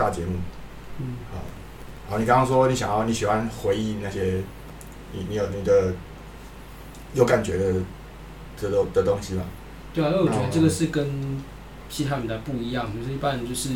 大节目。好，你刚刚说你喜欢回忆那些你有感觉的东西吗？ 对啊，因为我觉得这个是跟其他人的不一样，就是一般人就是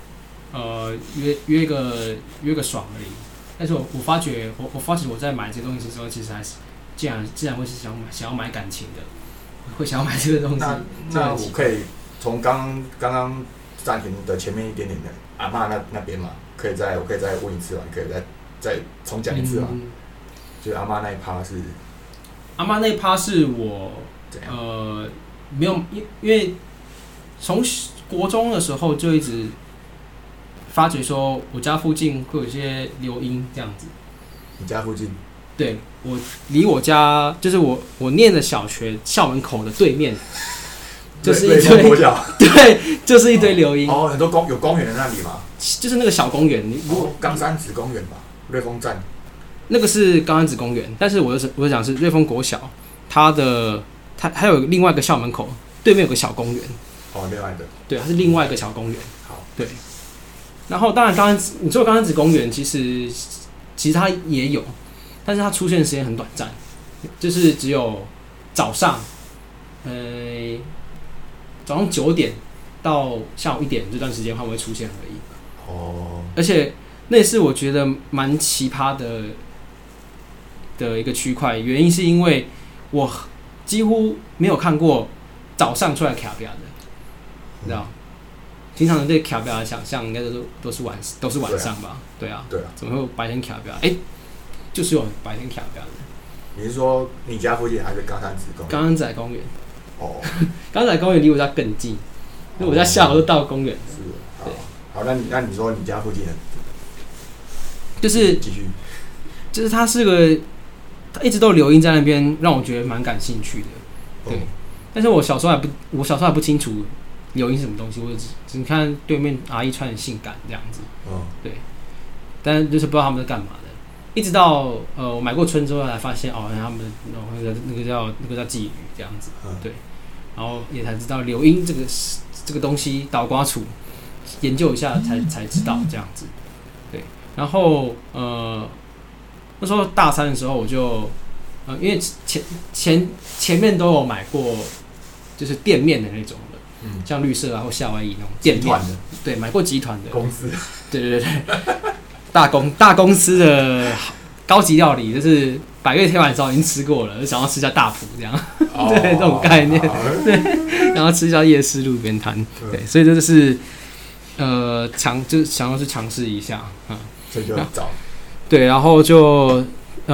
约个爽而已。但是我发觉我在买这个东西的时候，其实还是自然会是想要买感情的，会想要买这个东西。 那我可以从刚刚暂停的前面一点点的阿嬷那边嘛，我可以再问一次嘛，可以再重讲一次嘛。就是阿嬷那一趴是， 阿嬷那一趴是我没有，因为从国中的时候就一直发觉说，我家附近会有一些流音这样子。 你家附近？ 对，我离我家就是我念的小学校门口的对面，就是一堆对，就是一堆流音。 很多有公园的那里嘛， 就是那个小公园， 冈山子公园吧，瑞丰站。那个是冈山子公园，但是我讲是瑞丰国小，它还有另外一个校门口对面有个小公园。 另外一个。对， 它是另外一个小公园。 好， 对。然后当然你说冈山子公园其实它也有，但是它出现的时间很短暂，就是只有早上9点到下午1点这段时间它会出现而已。而且那是我觉得蛮奇葩的一个区块，原因是因为我几乎没有看过早上出来卡表的，你知道？平常人对卡表的想象应该都是晚上吧？对啊，怎么会有白天卡表？就是有白天卡表的。 你是说你家附近还是冈山子公园？ 冈山仔公园。冈山仔公园离我家更近，因为我家下午就到公园。 是，好，那你说你家附近的， 就是继续， 就是它一直都留音在那边，让我觉得蛮感兴趣的。对，但是我小时候还不清楚留音是什么东西，我只看对面阿姨穿很性感这样子。对，但是就是不知道他们在干嘛的。一直到我买过春之后才发现他们那个叫妓女这样子。对，然后也才知道留音这个东西倒瓜处，研究一下才知道这样子。对，然后那时候大3的时候我就因为前面都有买过，就是店面的那种的，像绿色或夏威夷那种店面的，对，买过集团的公司， 对，大公司的高级料理，就是百越铁板烧已经吃过了，就想要吃一下大埔这样，对，这种概念，对，然后吃一下夜市路边摊，对，所以这就是就是想要去尝试一下， 所以就找， 对，然后就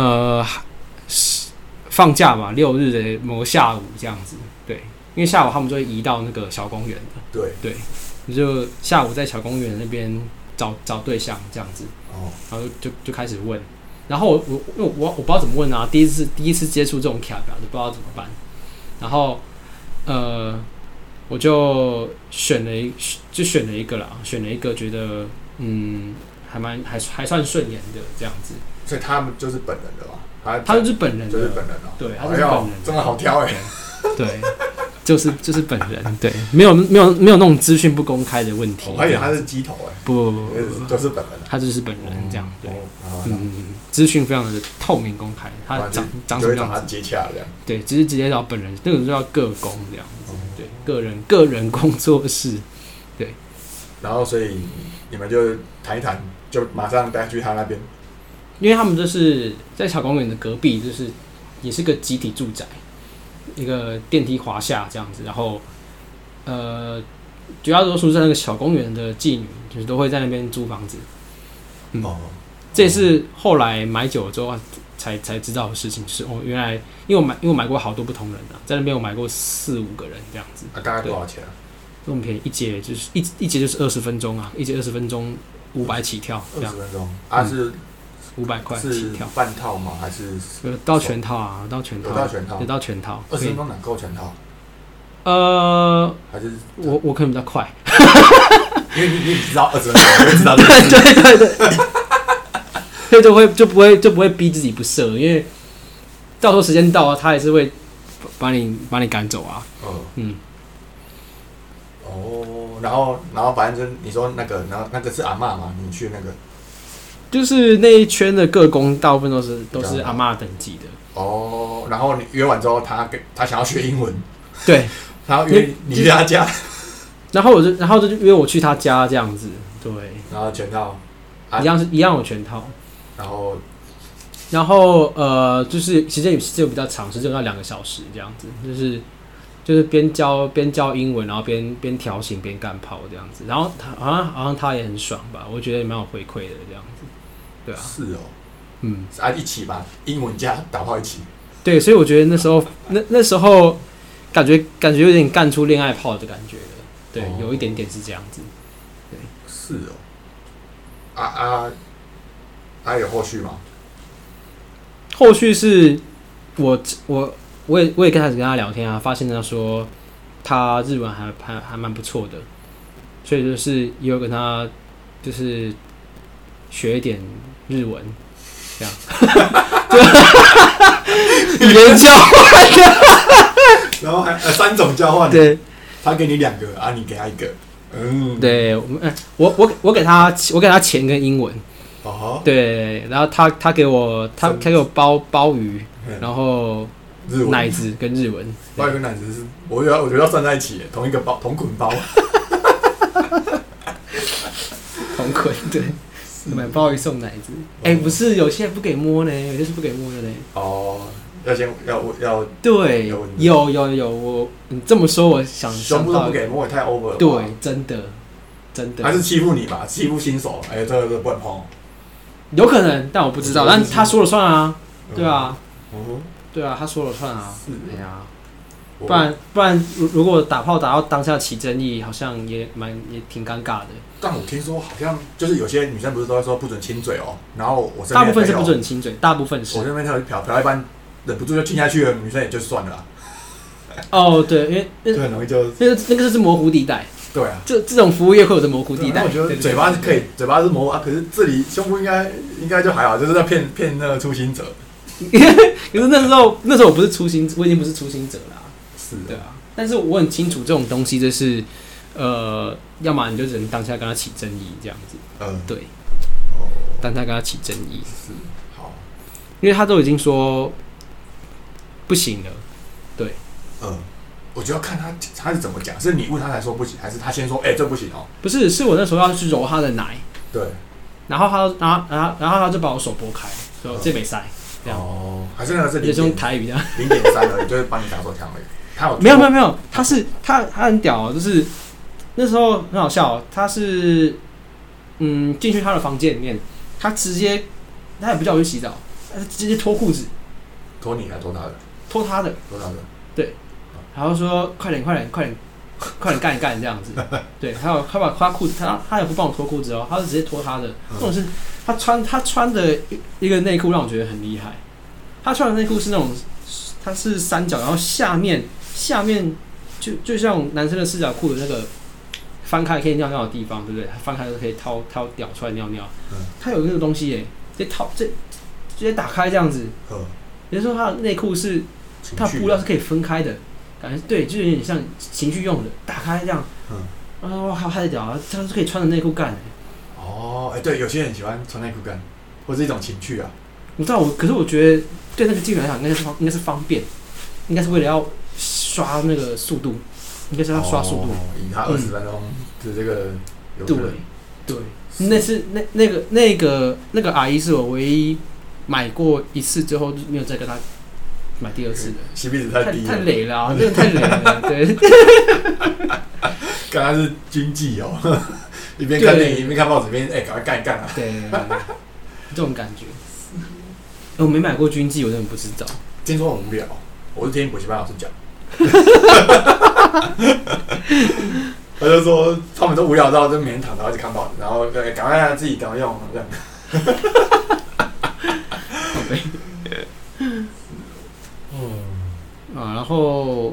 放假嘛，6日的某个下午这样子，对，因为下午他们就会移到那个小公园的，对，你就下午在小公园那边找对象这样子，然后就开始问，然后我不知道怎么问啊，第一次接触这种卡表，就不知道怎么办，然后我就选了一个啦，选了一个觉得还算顺眼的这样子， 所以他们就是本人的嘛， 他就是本人的， 就是本人哦， 对，他就是本人的， 真的好挑对，就是本人，对，没有那种资讯不公开的问题。 我还以为他是鸡头不， 就是本人， 他就是本人这样，对，资讯非常的透明公开，他长什么样子， 他接洽这样， 对，直接找本人，那个就叫个工这样子，对，个人工作室，对， 然后所以你们就谈一谈，就马上带去他那边， 因为他们就是在小公园的隔壁，就是也是个集体住宅。一个电梯滑下这样子，然后绝大多数在那个小公园的妓女，就是都会在那边租房子。这也是后来买久了之后才知道的事情，就是原来因为我买过好多不同人在那边我买过4、5个人这样子。 大概多少钱啊？ 这么便宜，一节就是一节就是20分钟啊，一节20分钟500起跳。 20分钟是 500块起跳。 是半套吗？还是到全套啊？到全套。有到全套。 20分钟哪够全套？ 还是我可能比较快， 因为你知道20分钟，你就知道这个对。所以就不会逼自己不射，因为到时候时间到了，他还是会把你赶走啊。 然后反正就是你说那个，然后那个是阿嬷嘛，你去那个， 就是那一圈的各工大部分都是阿嬷等级的。 哦，然后你约完之后，他想要学英文， 对， 然后约你去他家， 然后就约我去他家这样子，对， 然后全套， 一样有全套， 然后就是时间有比较长，时间要2个小时这样子，就是边教英文，然后边调情边干炮这样子，然后好像他也很爽吧，我觉得也蛮有回馈的这样子，对啊， 是哦，一起吧，英文加打炮一起， 对，所以我觉得那时候感觉有点干出恋爱炮的感觉了，对，有一点点是这样子，对， 是哦，有后续吗？ 后续是我也开始跟他聊天啊，发现他说他日文还蛮不错的，所以就是也有跟他就是学一点日文，这样，语言交换的， 然后还3种交换， 对， 他给你2个啊，你给他1个， 对，我给他钱跟英文。 哦， 对，然后他给我鲍鱼，然后奶子跟日文， 鲍鱼跟奶子是我觉得要算在一起，同一个包同捆包， 同捆对，买鲍鱼送奶子，不是有些不给摸呢，有些是不给摸的呢。 哦，要对，有你这么说，我想胸部都不给摸，也太 over 了。 对，真的还是欺负你吧，欺负新手，这个不能碰。 有可能，但我不知道。但他说了算啊，对啊，对啊，他说了算啊。哎呀，不然，如果打炮打到当下起争议，好像也挺尴尬的。 但我听说好像就是有些女生不是都会说不准亲嘴哦，然后我大部分是不准亲嘴，大部分是。 我这边嫖一般忍不住就亲下去了，女生也就算了啦。 哦，对，因为很容易就那个是模糊地带。 对啊， 这种服务业会有的模糊地带。 我觉得嘴巴是可以，嘴巴是模糊啊，可是这里胸部应该就还好，就是在骗那个初心者。 可是那时候我不是初心，我已经不是初心者啦。 是对啊，但是我很清楚这种东西就是要么你就只能当下跟他起争议这样子。对。当下跟他起争议。 是好， 因为他都已经说不行了。对。 我就要看他是怎么讲，是你问他才说不行，还是他先说这不行哦？ 不是，是我那时候要去揉他的奶， 对， 然后他就把我手拨开，说这没塞，这样。 哦，还是那个是也是用台语这样 0.3而已，就是帮你打手枪而已。他有没有，他很屌，就是那时候很好笑，他是进去他的房间里面，他也不叫我去洗澡，他直接脱裤子， 脱你还脱他的？ 脱他的，对。然后说快点干一干这样子，对，他把他裤子，他也不帮我脱裤子哦，他是直接脱他的。或者是他穿的一个内裤让我觉得很厉害，他穿的内裤是那种，它是三角，然后下面就像男生的四角裤的那个翻开可以尿尿的地方，对不对？翻开就可以掏屌出来尿尿。他有那个东西耶，直接打开这样子。也就是说他的内裤是，他的布料是可以分开的。感觉对，就有点像情趣用的，打开这样，哇，太屌了，他是可以穿着内裤干。 对，有些人喜欢穿内裤干，或是一种情趣啊。 我知道，可是我觉得对那个技能来讲，应该是方便，应该是为了要刷那个速度，应该是要刷速度。 以他20分钟的这个， 对，那是那个阿姨是我唯一买过一次之后没有再跟他买第二次的 ，CP 值太低了， 太累了，真的太累了，对。 刚刚是军纪哦，一边看电影一边看报纸，一边赶快干一干啊！ 对，这种感觉。我没买过军纪，我真的不知道。 听说很无聊，我是听补习班老师讲。他就说他们都无聊到就每天躺着一直看报纸，然后赶快让自己赶快用这样。 然后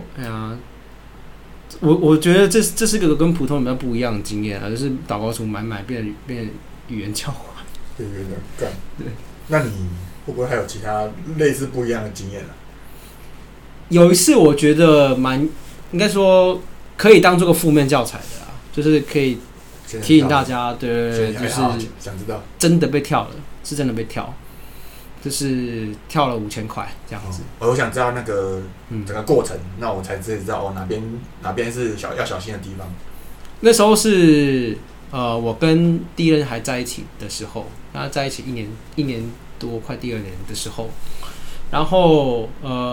我觉得这是个跟普通人比较不一样的经验啊，就是祷告书买变语言交换。 对，那你会不会还有其他类似不一样的经验啊？ 有一次我觉得应该说可以当做个负面教材的啦， 就是可以提醒大家，对，就是想知道， 真的被跳了，是真的被跳，就是跳了5000块这样子。 我想知道那个整个过程，那我才知道哪边是要小心的地方。 那时候是我跟第一任还在一起的时候，跟他在一起一年多，快第2年的时候，然后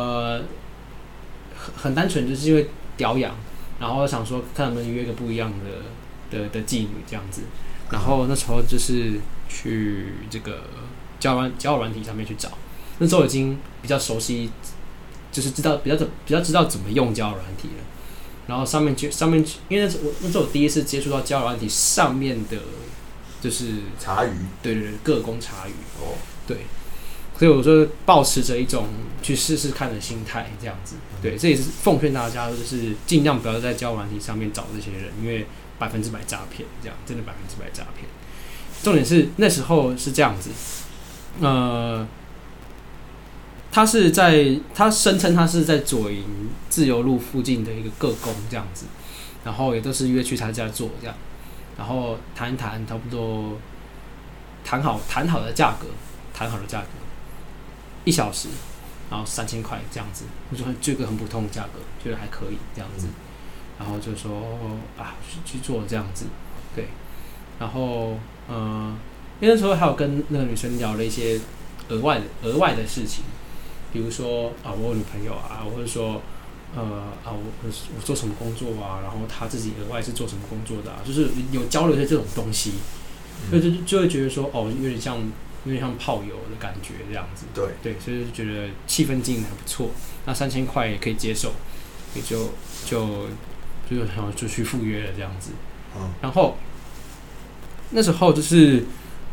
很单纯，就是因为屌痒，然后想说看能不能约个不一样的妓女这样子，然后那时候就是去这个交友软体上面去找，那时候已经比较熟悉，就是比较知道怎么用交友软体了。然后上面，因为那是我第一次接触到交友软体上面的，就是茶余， 对，各宫茶余，对，所以我就抱持着一种去试试看的心态，这样子，对，这也是奉劝大家，就是尽量不要在交友软体上面找这些人，因为100%诈骗，这样真的100%诈骗。重点是那时候是这样子，他声称他是在左营自由路附近的一个个工这样子，然后也都是约去他家做这样，然后谈一谈，差不多谈好的价格，1小时，然后3000块这样子，我就一个很普通的价格，觉得还可以这样子，然后就说去做这样子，对，然后因为那时候还有跟那个女生聊了一些额外的事情。比如说我有女朋友啊，或者说我做什么工作啊，然后他自己额外是做什么工作的啊，就是有交流一些这种东西，就会觉得说有点像炮友的感觉这样子，对，所以就觉得气氛经营还不错，那3000块也可以接受，也就去赴约了这样子，然后那时候就是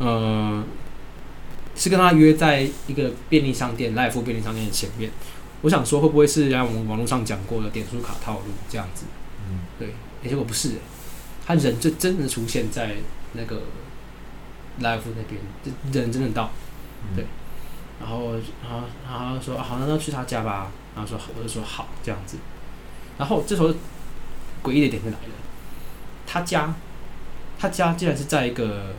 是跟他约在一个便利商店，赖富便利商店的前面。我想说，会不会是像我们网络上讲过的点数卡套路这样子？对，结果不是，他人就真的出现在那个赖富那边，人真的到，对。然后他说好，那去他家吧。然后我就说好这样子。然后这时候诡异的点就来了，他家竟然是在一个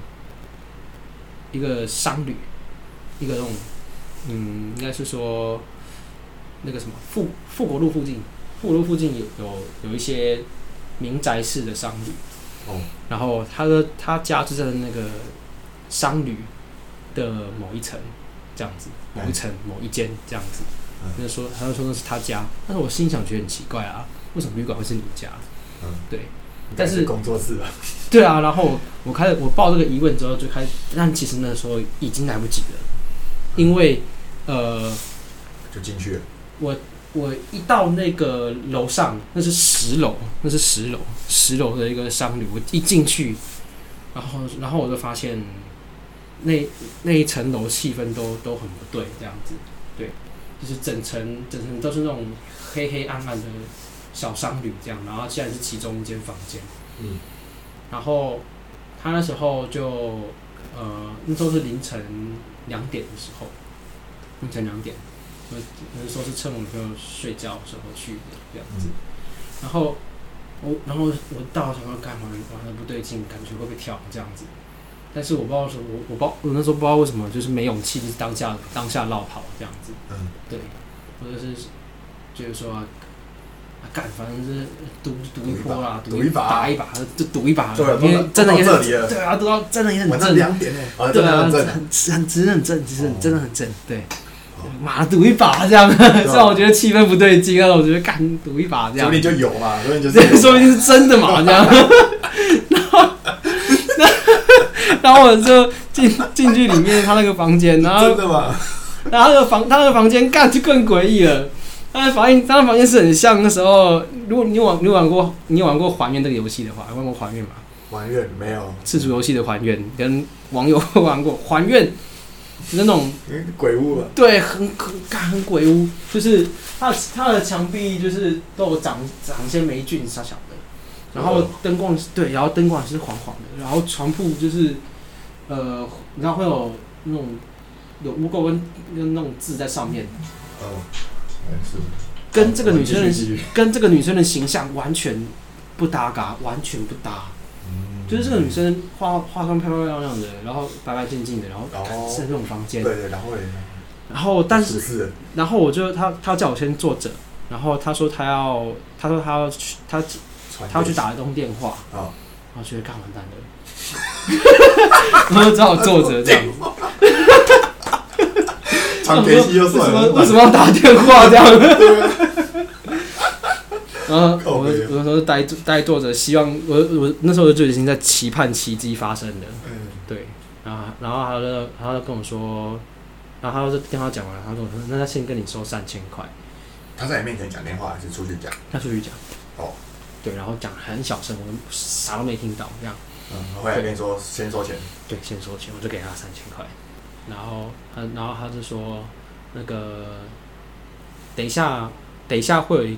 商旅。一个那种，应该是说那个什么富国路附近有一些民宅式的商旅，然后他家就在那个商旅的某一层这样子，某一间这样子，他就说那是他家，但是我心想觉得很奇怪啊，为什么旅馆会是你家？对，但是工作室吧。 对啊，然后我抱这个疑问之后就开始，但其实那时候已经来不及了。因为就进去了。 我一到那个楼上，那是10楼的一个商旅。我一进去，然后我就发现那一层楼气氛都很不对，这样子，对，就是整层都是那种黑暗的小商旅这样，然后竟然是其中一间房间，然后他那时候就那时候是凌晨2点的时候，凌晨2点，那时候是趁我女朋友睡觉的时候去的这样子。然后我到了想要干嘛，完了不对劲，感觉会被跳这样子。但是我不知道我那时候不知道为什么就是没勇气，就是当下绕跑这样子。对，我就是觉得说反正是赌一波啦，打一把，就赌一把。 对， 因为真的也很对啊，赌到真的也很正。 晚上2点对啊，真的很正，其实真的很正。对，妈赌一把这样，虽然我觉得气氛不对劲，但是我觉得干赌一把这样。 说不定就有嘛，说不定是真的嘛这样。然后我就进去里面他那个房间，然后真的吗？ 然后他那个房间干就更诡异了。他的房间是很像那时候，如果你有玩过还原这个游戏的话，玩过还原吗？ 还原没有。 赤足游戏的还原，跟网友玩过还原那种鬼屋啊。 对，很鬼屋，就是它的墙壁就是都有长一些霉菌小小的，然后灯光是黄黄的，然后床铺就是你知道会有那种有污垢跟那种字在上面。跟这个女生的形象完全不搭嘎，完全不搭。 就是这个女生化妆漂漂亮亮的，然后白白净净的，然后是那种房间。 对，然后但是，然后我就他叫我先坐着，然后他说他要去打一通电话，然后觉得干完蛋了，然后只好坐着这样子。 长天气又算了， 为什么要打电话这样？然后我那时候呆坐着，希望我那时候就已经在期盼奇迹发生了。对，然后他就跟我说，然后他就电话讲完了，他跟我说，那他先跟你收3000块。 他在你面前讲电话还是出去讲？ 他出去讲。 哦。 对，然后讲很小声，我啥都没听到，这样。 后来跟你说先收钱。 对，先收钱，我就给他3000块。然后他就说，那个等一下会有一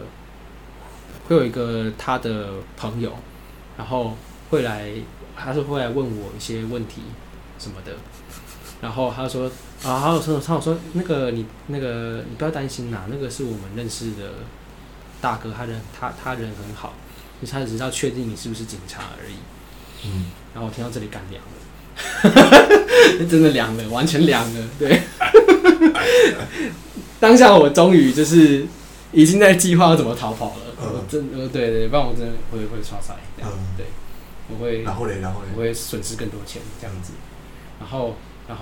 个他的朋友，然后他会来问我一些问题什么的。然后他说他说那个你不要担心啦，那个是我们认识的大哥，他人很好，就是他只是要确定你是不是警察而已。然后我听到这里干凉了，真的凉了，完全凉了。对，当下我终于就是已经在计划要怎么逃跑了。对，不然我真的会刷塞这样。对，我会。然后我会损失更多钱这样子。然后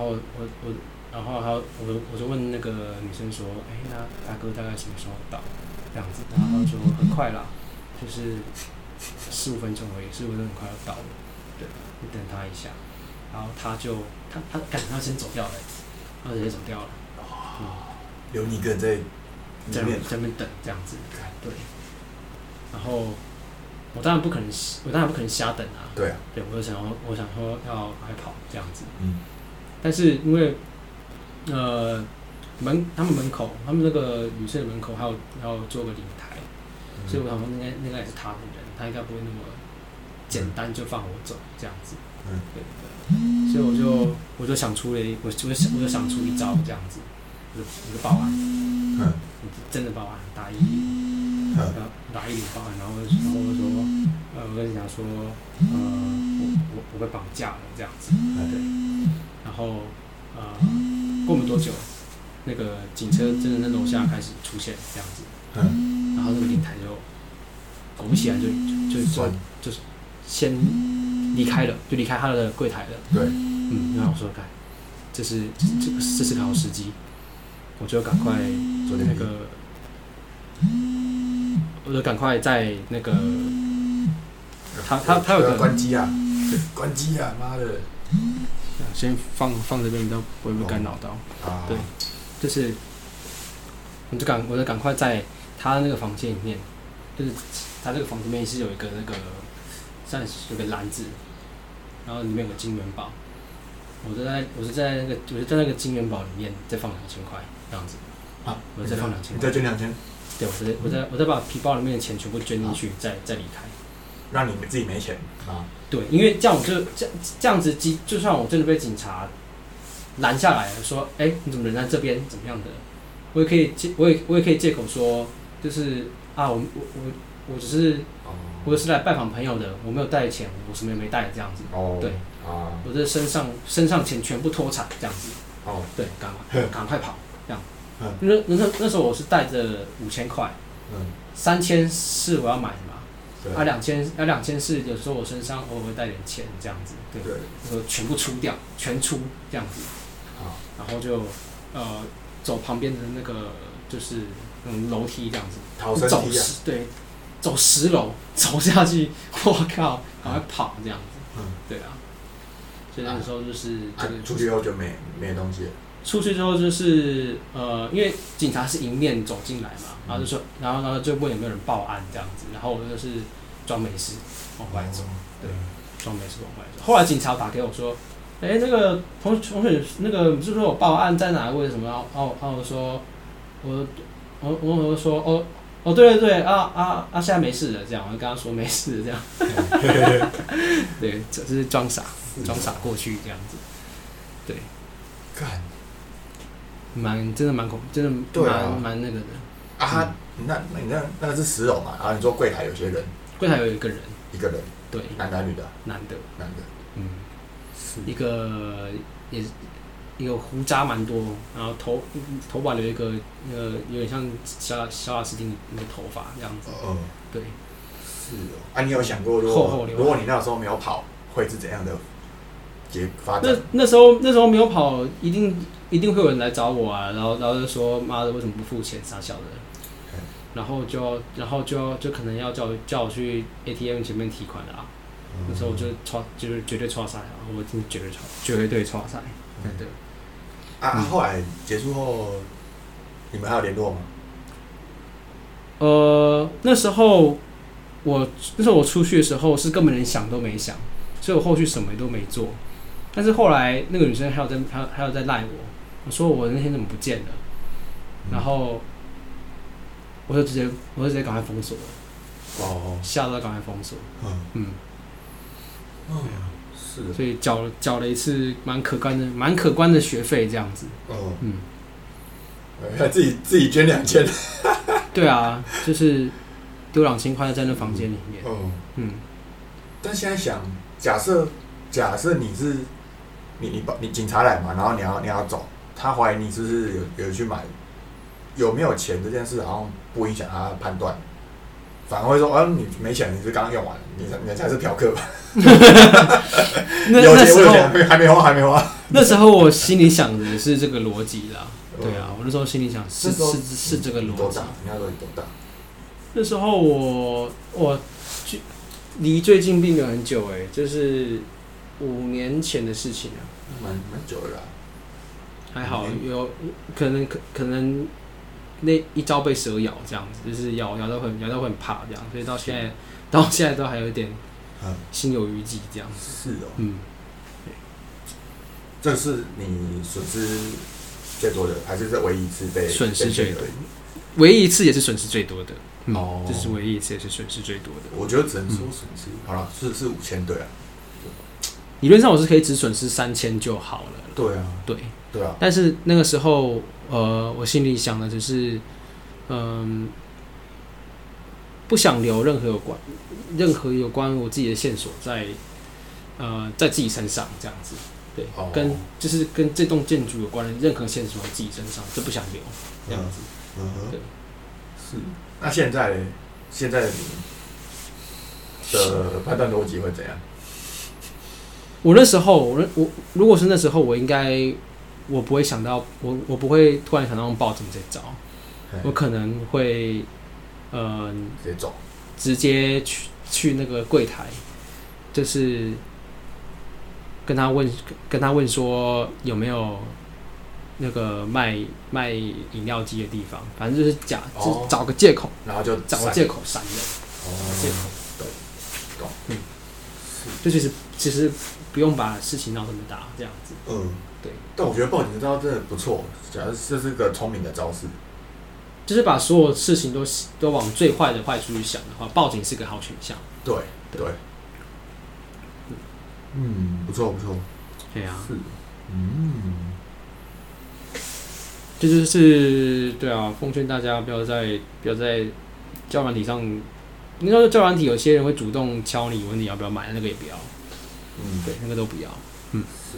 我就问那个女生说，那大哥大概什么时候到？这样子，然后他说很快啦，就是15分钟而已，15分钟很快就到了。对，你等他一下。然后他先走掉了，他直接走掉了。 留你一个人在那边等这样子。对。然后我当然不可能瞎等啊。 对啊。 对，我想说要赶快跑这样子。但是因为他们门口，他们那个旅社的门口还要做个领台，所以我想说那个也是他的人，他应该不会那么简单就放我走这样子。对。所以我就想出我就想出一招这样子，我就报案。真的报案，打110报案，然后我就说，我跟你讲说，我被绑架了这样子。对。然后过没多久，那个警车真的在楼下开始出现这样子。然后那个领台就果不其然就先离开了，就离开他的柜台了。 对。 然后我说，这是个好时机，我就赶快那个，我就赶快在那个，他有个关机啊，妈的！ 先放这边，你都不会被干扰到。对，就是我就赶快在他那个房间里面，就是他这个房间里面是有一个那个，像有个篮子，然后里面有个金元宝。我就在那个金元宝里面再放2000块这样子。我再放2000块。 你再捐2000？ 对，我再把皮包里面的钱全部捐进去，再离开。 让你自己没钱啊？ 对，因为这样子，就算我真的被警察拦下来了，说，你怎么人在这边怎么样的，我也可以借口说，就是我只是来拜访朋友的，我没有带钱，我什么也没带这样子。对。我的身上钱全部脱产这样子。对，赶快跑这样。那时候我是带着5000块，3000是我要买的嘛。2000是有时候我身上偶尔会带点钱这样子。对。我全部出掉，全出这样子。然后就走旁边的那个就是楼梯这样子。 逃生梯啊。 对，走10楼走下去，我靠，赶快跑这样子。对啊。所以那个时候就是出去后就没东西了。 出去之后就是因为警察是迎面走进来嘛，然后就说，然后就问有没有人报案这样子，然后我就是装没事往外走。对，装没事往外走。后来警察打给我说，那个同学，那个是不是我报案在哪？为什么？然后我说，我说对现在没事了，这样我就跟他说没事了这样。对，这是装傻过去这样子。对。真的蛮蛮那个的。 你那个是10楼嘛？然后你说柜台有些人。 柜台有一个人。 对， 男的女的？ 男的， 男的。 嗯， 是一个也是一个胡渣蛮多，然后头发留一个有点像小雅斯汀那个头发这样子。对。 是哦。啊，你有想过如果你那时候没有跑，会是怎样的发展？ 那时候没有跑，一定会有人来找我啊，然后就说妈的为什么不付钱傻小的，然后就可能要叫我去 ATM 前面提款的啊。那时候我就是绝对挫赛啊，我真绝对挫赛，真的。 后来结束后，你们还有联络吗？ 那时候我出去的时候是根本连想都没想，所以我后续什么都没做。但是后来那个女生还有在赖我说我那天怎么不见了，然后我就直接赶快封锁了。吓到赶快封锁。 是的。 所以缴了一次蛮可观的学费这样子。 还自己捐2000。 对啊，就是丢2000块在那房间里面。 但现在想，假设你是你警察来嘛，然后你要走，他怀疑你是不是有去买，有没有钱这件事好像不影响他判断，反而会说你没钱，你是刚用完，你才是嫖客吧？有钱我有钱，还没花。 那时候我心里想的是这个逻辑啦。对啊，我那时候心里想是这个逻辑。 多大？你那时候多大？ 那时候我离最近并没有很久就是5年前的事情啊。 蛮久了啦。还好，有可能那一朝被蛇咬这样子，就是咬到很怕这样，所以到现在都还有一点心有余悸这样子。 是哦。这是你损失最多的，还是这唯一一次被损失最多？唯一一次也是损失最多的。这是唯一一次也是损失最多的。 我觉得只能说损失。好了，是5000对啊。 理论上我是可以只损失3000就好了。 对啊。对啊。 但是那个时候，我心里想的只是，不想留任何有关我自己的线索在自己身上这样子。对，跟这栋建筑有关的任何线索在自己身上，就不想留这样子。对。 是。那现在的你的判断逻辑会怎样？ 我那时候，我如果是那时候，我不会想到，我不会突然想到用报警这招，我可能会直接走， 直接去那个柜台，就是跟他问说有没有那个卖饮料机的地方，反正就是找个借口， 然后就找个借口闪人。借口。懂。就其实不用把事情闹这么大，这样子。对。 但我觉得报警这招真的不错，假如这是个聪明的招式， 就是把所有事情都往最坏的坏处去想的话，报警是个好选项。对。 不错。 对啊。 是。 这就是对啊，奉劝大家不要在交友软体上，你说交友软体有些人会主动敲你，问你要不要买，那个也不要。对，那个都不要。 是。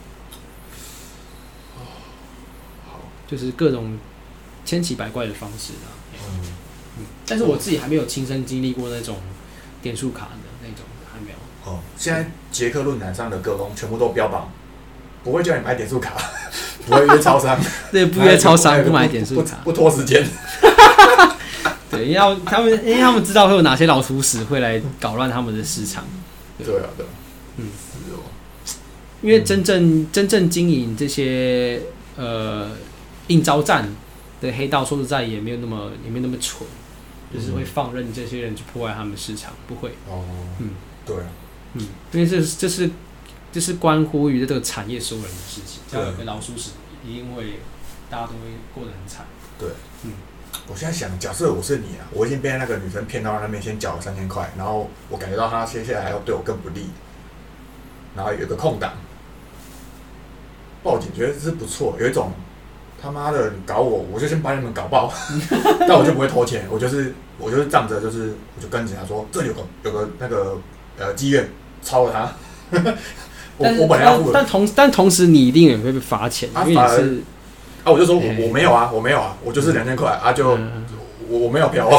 好。 就是各种千奇百怪的方式啊。但是我自己还没有亲身经历过那种点数卡的那种，还没有。 现在捷克论坛上的各工全部都标榜，不会叫你买点数卡，不会约超商， 对，不约超商，不买点数卡， 不拖时间。 对，因为他们知道会有哪些老鼠屎会来搞乱他们的市场。 对啊。 是哦。因为真正经营这些应招站的黑道，说实在也没有那么蠢，就是会放任这些人去破坏他们的市场，不会。 对啊。 因为这是关乎于这个产业所有人的事情。只要有个老鼠屎，一定会大家都会过得很惨。 对。我现在想，假设我是你啊，我已经被那个女生骗到那边，先缴了3000块，然后我感觉到她接下来还要对我更不利，然后有个空档，报警觉得是不错，有一种他妈的你搞我，我就先把你们搞爆，但我就不会偷钱，我就是仗着就是我就跟警察说这里有个那个妓院超了他。我本来要付的， 但同时你一定也会被罚钱，因为你是我就说我没有啊，我就是2000块啊，就我没有嫖啊。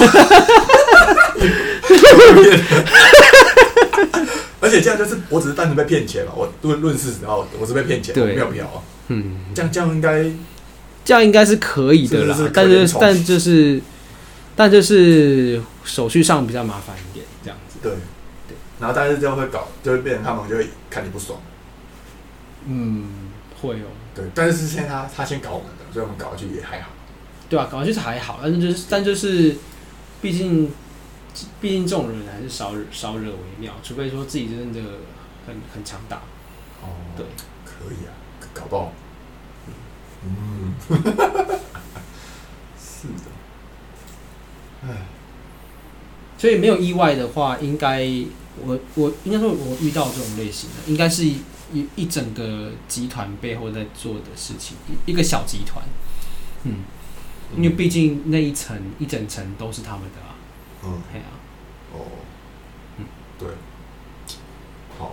而且这样就是我只是单纯被骗钱嘛，我论事实啊，我是被骗钱，我没有嫖啊。这样应该是可以的啦，但就是手续上比较麻烦一点，这样子。 对，然后但是就会就会变成他们就会看你不爽。 会哦。 对，但是现在他先搞我们的，所以我们搞下去也还好。 对啊，搞下去是还好，但就是，毕竟这种人还是少惹为妙，除非说自己真的很强大。对， 可以啊，搞不好。是的。 所以没有意外的话，应该我应该说，我遇到这种类型的，应该是一整个集团背后在做的事情，一个小集团。因为毕竟那一整层都是他们的啊。 对。好。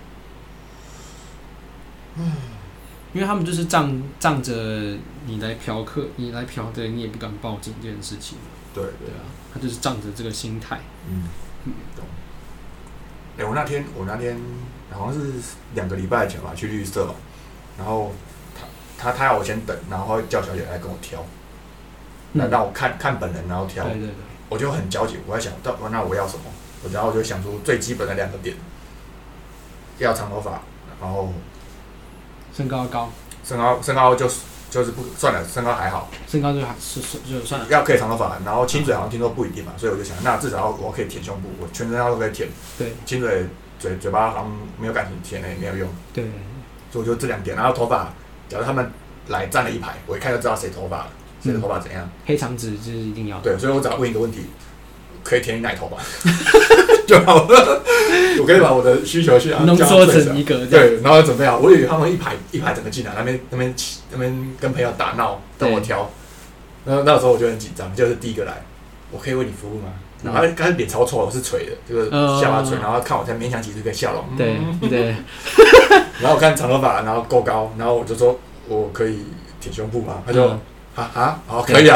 因为他们就是仗着你来嫖客，你来嫖的，你也不敢报警这件事情。 对啊，他就是仗着这个心态。 懂。我那天好像是2个礼拜前吧，去绿色嘛，然后他要我先等，然后叫小姐来跟我挑，让我看本人，然后挑。对。我就很焦急，我在想，那我要什么？然后我就想出最基本的2个点，要长头发，然后身高高， 身高就是不算了，身高还好， 身高就算了。 要可以长头发，然后亲嘴好像听说不一定嘛，所以我就想，那至少我可以舔胸部，我全身都可以舔。对，亲嘴嘴巴好像没有感情，舔了也没有用。对，所以我就这2点，然后头发，假如他们来站了一排，我一看就知道谁头发了，谁的头发怎样。 黑长直就是一定要的。 对，所以我只要问一个问题，可以舔你奶头吗？就好了，我可以把我的需求去浓缩成一个。 对，然后准备好，我以为他们一排整个进来，那边跟朋友打闹，等我挑。那时候我就很紧张，就是第一个来，我可以为你服务吗？然后他脸超臭，我是垂的，就是下巴垂，然后看我才勉强挤出个笑容。对。然后我看长头发，然后够高，然后我就说我可以舔胸部吗？他就好，可以啊。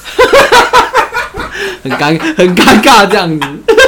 很尴尬这样子。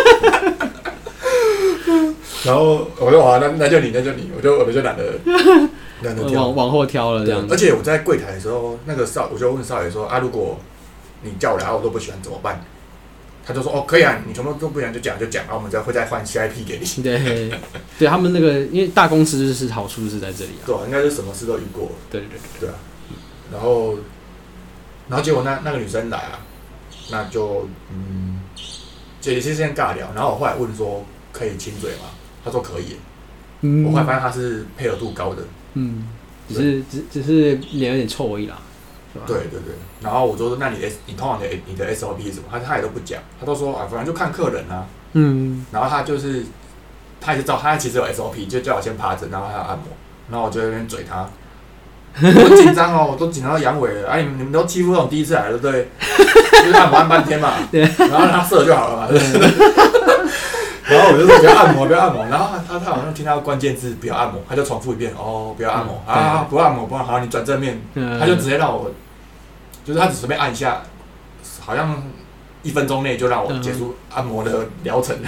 然后我说好，那就你，我就懒得挑， 往后挑了这样子。 而且我在柜台的时候，我就问少爷说如果你叫我来，我都不喜欢怎么办？他就说可以啊，你全部都不喜欢就讲，然后我们会再换下一批给你。 对，他们那个因为大公司就是好处是在这里啊。 对，应该是什么事都遇过了。对啊，然后结果那个女生来啊，那就也是先尬聊，然后我后来问说可以亲嘴吗？他说可以。我后来发现他是配合度高的。只是脸有点臭而已啦。 对。然后我就说那你通常你的 SOP 是什么？他也都不讲，他都说反正就看客人啊。然后他也是知道他其实有 SOP， 就叫我先趴着，然后他要按摩，然后我就在那边嘴他。我紧张哦，我都紧张到阳痿了。你们都欺负那种第一次来，对不对？就是按摩按半天嘛，然后他射就好了嘛。然后我就说不要按摩，然后他好像听到关键字不要按摩，他就重复一遍不要按摩不按摩，好，你转正面，他就直接让我，就是他只随便按一下，好像1分钟内就让我结束按摩的疗程。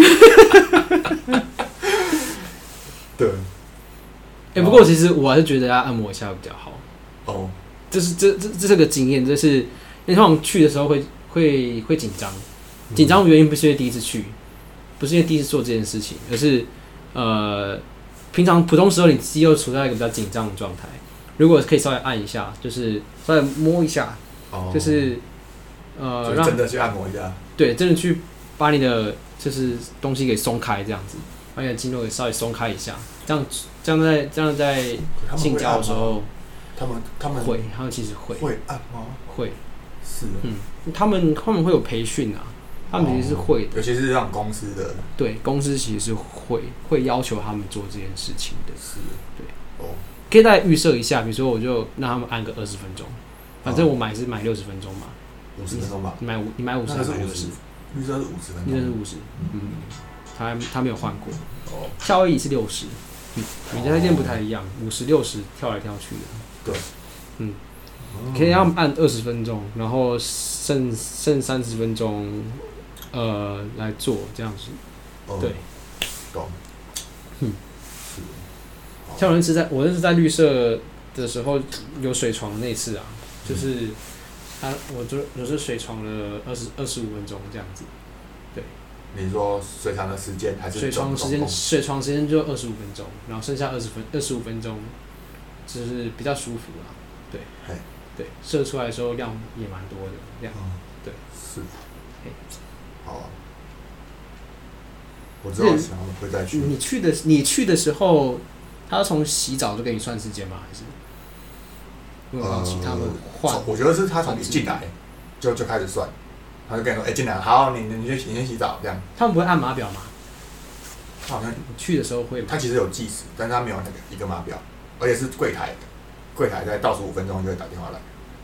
对。 不过其实我还是觉得要按摩一下比较好。这是个经验，就是因为通常去的时候会紧张，紧张的原因不是因为第一次去，不是因为第一次做这件事情，而是平常普通时候你肌肉处在一个比较紧张的状态，如果可以稍微按一下，就是稍微摸一下，就是真的去按摩一下， 对，真的去把你的就是东西给松开，这样子，把你的肌肉给稍微松开一下，这样在性交的时候，他们其实会按吗？会，是他们会有培训啊，他们其实是会的， 尤其是让公司的， 对，公司其实是会要求他们做这件事情的，是，对，可以大概预设一下，比如说我就让他们按个20分钟，反正我买是买60分钟嘛 ，50分钟吧， 你买50还是买60？ 预设是50分钟， 预设是50， 他没有换过。 哦， 夏威夷是60，每家店不太一样，50、60跳来跳去的。 对， 可以要按20分钟，然后剩30分钟，来做这样子。对， 懂。 像我认识在绿社的时候有水床那次啊，就是我是水床了25分钟这样子。对， 你说水床的时间还是水床时间就25分钟，然后剩下25分钟就是比较舒服啊。对，对，射出来的时候量也蛮多的量。对， 是。好啊。我知道想会再去。 你去的时候，他从洗澡就给你算时间吗？还是？因为我忘记他们换。 我觉得是他从一进来就开始算，他就跟你说：“进来，好，你先洗澡这样。” 他们不会按码表吗？ 他好像去的时候会。 他其实有计时，但是他没有那个一个码表，而且是柜台在倒数5分钟就会打电话来。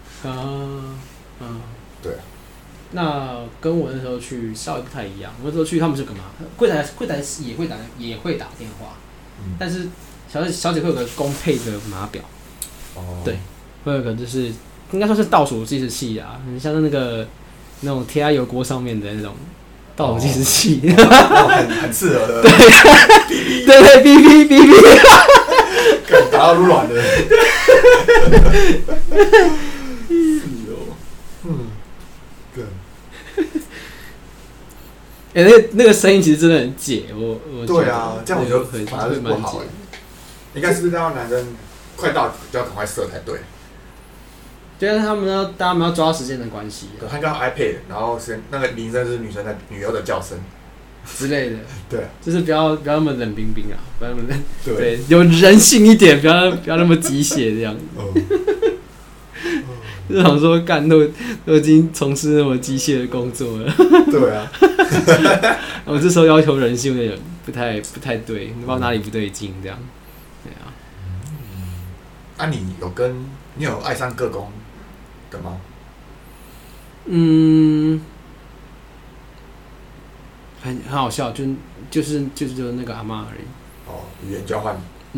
对。 那跟我那时候去稍微不太一样，我那时候去他们是干嘛？柜台也会打电话，但是小姐会有个公配的码表。对，会有个就是应该说是倒数计时器啊，很像那种贴在油锅上面的那种倒数计时器， 很适合的。 对，哔哔， 打到撸软的。 那个声音其实真的很解，我对啊，这样我就反而是不好。应该是让男生快到就要赶快射才对。 对啊，大家要抓时间的关系。 对，他刚 iPad， 然后那个铃声是女优的叫声之类的。 对， 就是不要那么冷冰冰啊，不要那么冷。对，有人性一点，不要那么机械这样。就想说，都已经从事那么机械的工作了。 对啊。 我这时候要求人性有点不太对，不知道哪里不对劲这样。对啊。 你有爱上各工的吗？ 很好笑，就是那个阿嬷而已。 语言交换。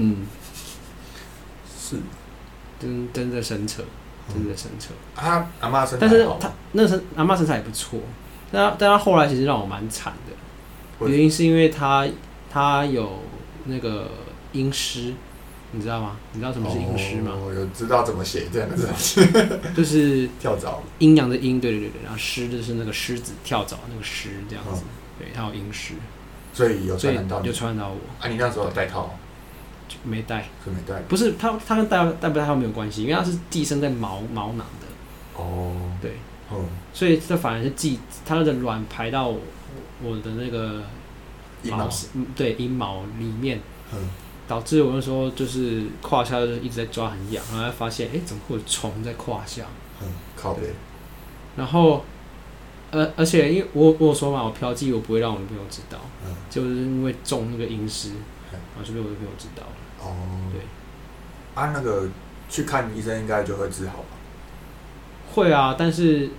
是。 真的神扯。 他阿嬷身材好， 但是他阿嬷身材也不错，但他后来其实让我蛮惨的，原因是因为他有那个阴湿，你知道吗？你知道什么是阴湿吗？ 我有知道怎么写这样的字， 就是跳蚤， 阴阳的阴，对，然后湿就是那个狮子跳蚤那个狮这样子，对，他有阴湿， 所以有传染到你， 就传染到我。 你那时候有戴套？ 没带， 是没带。 不是他跟带不带套没有关系，因为它是寄生在毛囊的。对。所以这反而是它的卵排到我的那个毛，对，阴毛里面，导致我那时候就是胯下就是一直在抓很痒，然后发现怎么会有虫在胯下？ 靠背。 然后而且因为我有说嘛，我嫖妓我不会让我女朋友知道，就是因为中那个阴湿，然后就被我女朋友知道了。对。 那个去看医生应该就会治好吧？ 会啊，但是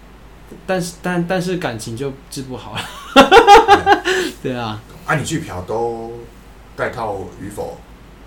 感情就治不好了。对啊。 你去嫖都戴套与否？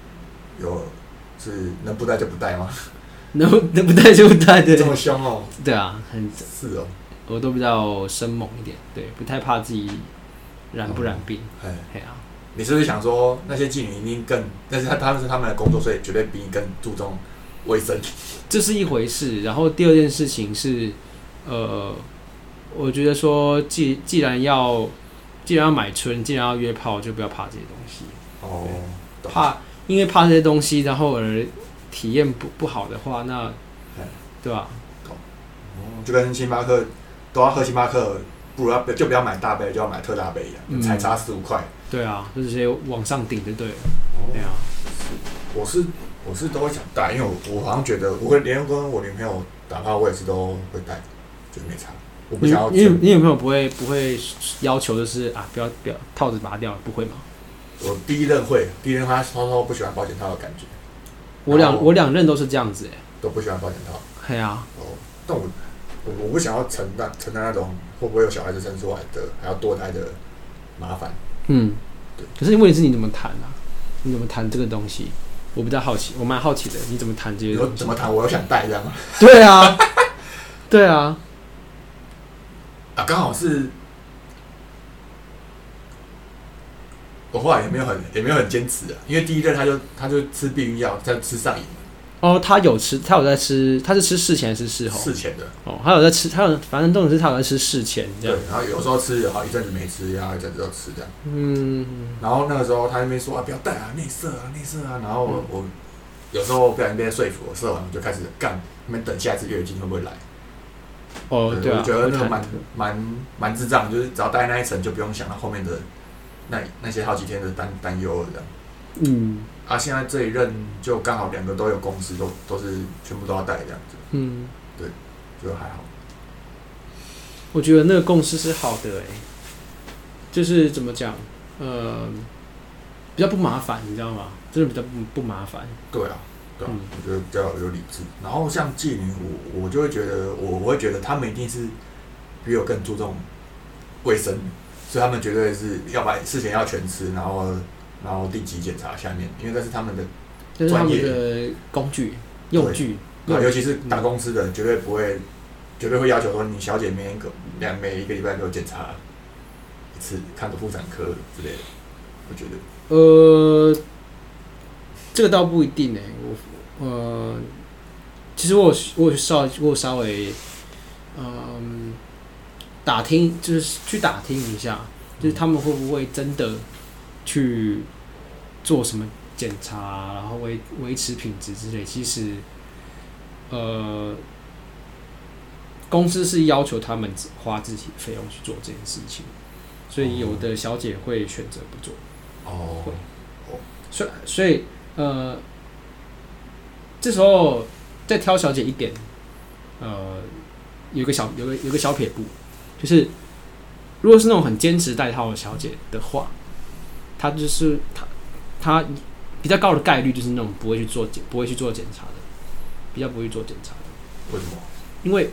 是能不戴就不戴吗？ 能不戴就不戴，对。 这么凶哦？ 对啊， 是哦。 我都比较生猛一点，对，不太怕自己染不染病。 你是不是想说那些妓女一定更？但是他们是他们的工作，所以绝对比你更注重卫生。 这是一回事，然後第二件事情是，我觉得说既然要买春，既然要约炮，就不要怕这些东西。因为怕这些东西，然后而体验不好的话，那对吧？ 就跟星巴克都要喝星巴克，不要买大杯，就要买特大杯一样，才差15块。对啊，就直接往上顶就对了。对啊， 我是都会想带，因为我好像觉得，我连跟我女朋友打炮，我也是都会带，就没差。我不想要。 你女朋友不会要求就是不要套子拔掉，不会吗？ 我第一任她偷不喜欢保险套的感觉。 我两任都是这样子都不喜欢保险套。 对啊。 但我不想要承担那种会不会有小孩子生出来的还要堕胎的麻烦。 嗯， 对。 可是问题是你怎么谈啊？你怎么谈这个东西？我比较好奇，我蛮好奇的，你怎么谈这些东西？ 怎么谈？我又想带这样。 对啊，对啊。 啊，刚好是，我后来也没有很坚持啊，因为第一任他就吃避孕药，他就吃上瘾。 哦，他有在吃，他是吃事前还是事后？ 事前的。 哦，他有在吃，反正重点是他有在吃事前这样。 对，然后有时候吃，有好一阵子没吃，然后一阵子又吃这样。 嗯。 然后那个时候他那边说啊，不要带啊，内射啊。然后我有时候不小心被说服，我射完我就开始干，那边等下一次月经会不会来。 哦，对啊， 我觉得那个蛮智障，就是只要带那一层就不用想到后面的那些好几天的担忧了这样。 嗯。 啊，现在这一任就刚好2个都有公司，都是全部都要带这样子。 嗯， 对，就还好。 我觉得那个共识是好的就是怎么讲，比较不麻烦，你知道吗？真的比较不麻烦。 对啊，我觉得比较有理智。然后像妓女，我就会觉得，我会觉得他们一定是比我更注重卫生，所以他们绝对是要把事前要全吃，然后定期检查下面，因为那是他们的专业的工具用具。 尤其是打公司的，绝对会要求说，你小姐每一个礼拜都检查一次，看个妇产科之类的。我觉得， 这个倒不一定其实我有稍微打听，就是去打听一下，就是他们会不会真的去做什么检查，然后维持品质之类。其实，公司是要求他们花自己的费用去做这件事情，所以有的小姐会选择不做。会。所以这时候再挑小姐一点，有个小撇步，就是如果是那种很坚持戴套的小姐的话，她就是她比较高的概率就是那种不会去做检查的，比较不会做检查的。 为什么？ 因为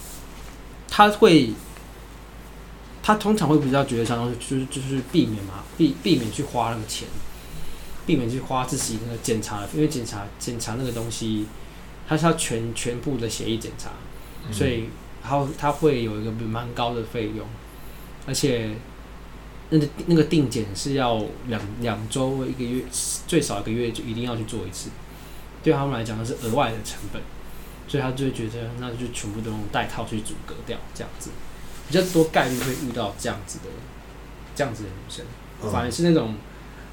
他通常会比较觉得像就是避免去花那个钱，避免去花自己那个检查，因为检查那个东西，它是要全部的血液检查，所以它会有一个蛮高的费用，而且那个定检是要两周1个月，最少1个月就一定要去做一次，对他们来讲那是额外的成本，所以他就会觉得那就全部都用带套去阻隔掉，这样子比较多概率会遇到这样子的女生，反而是那种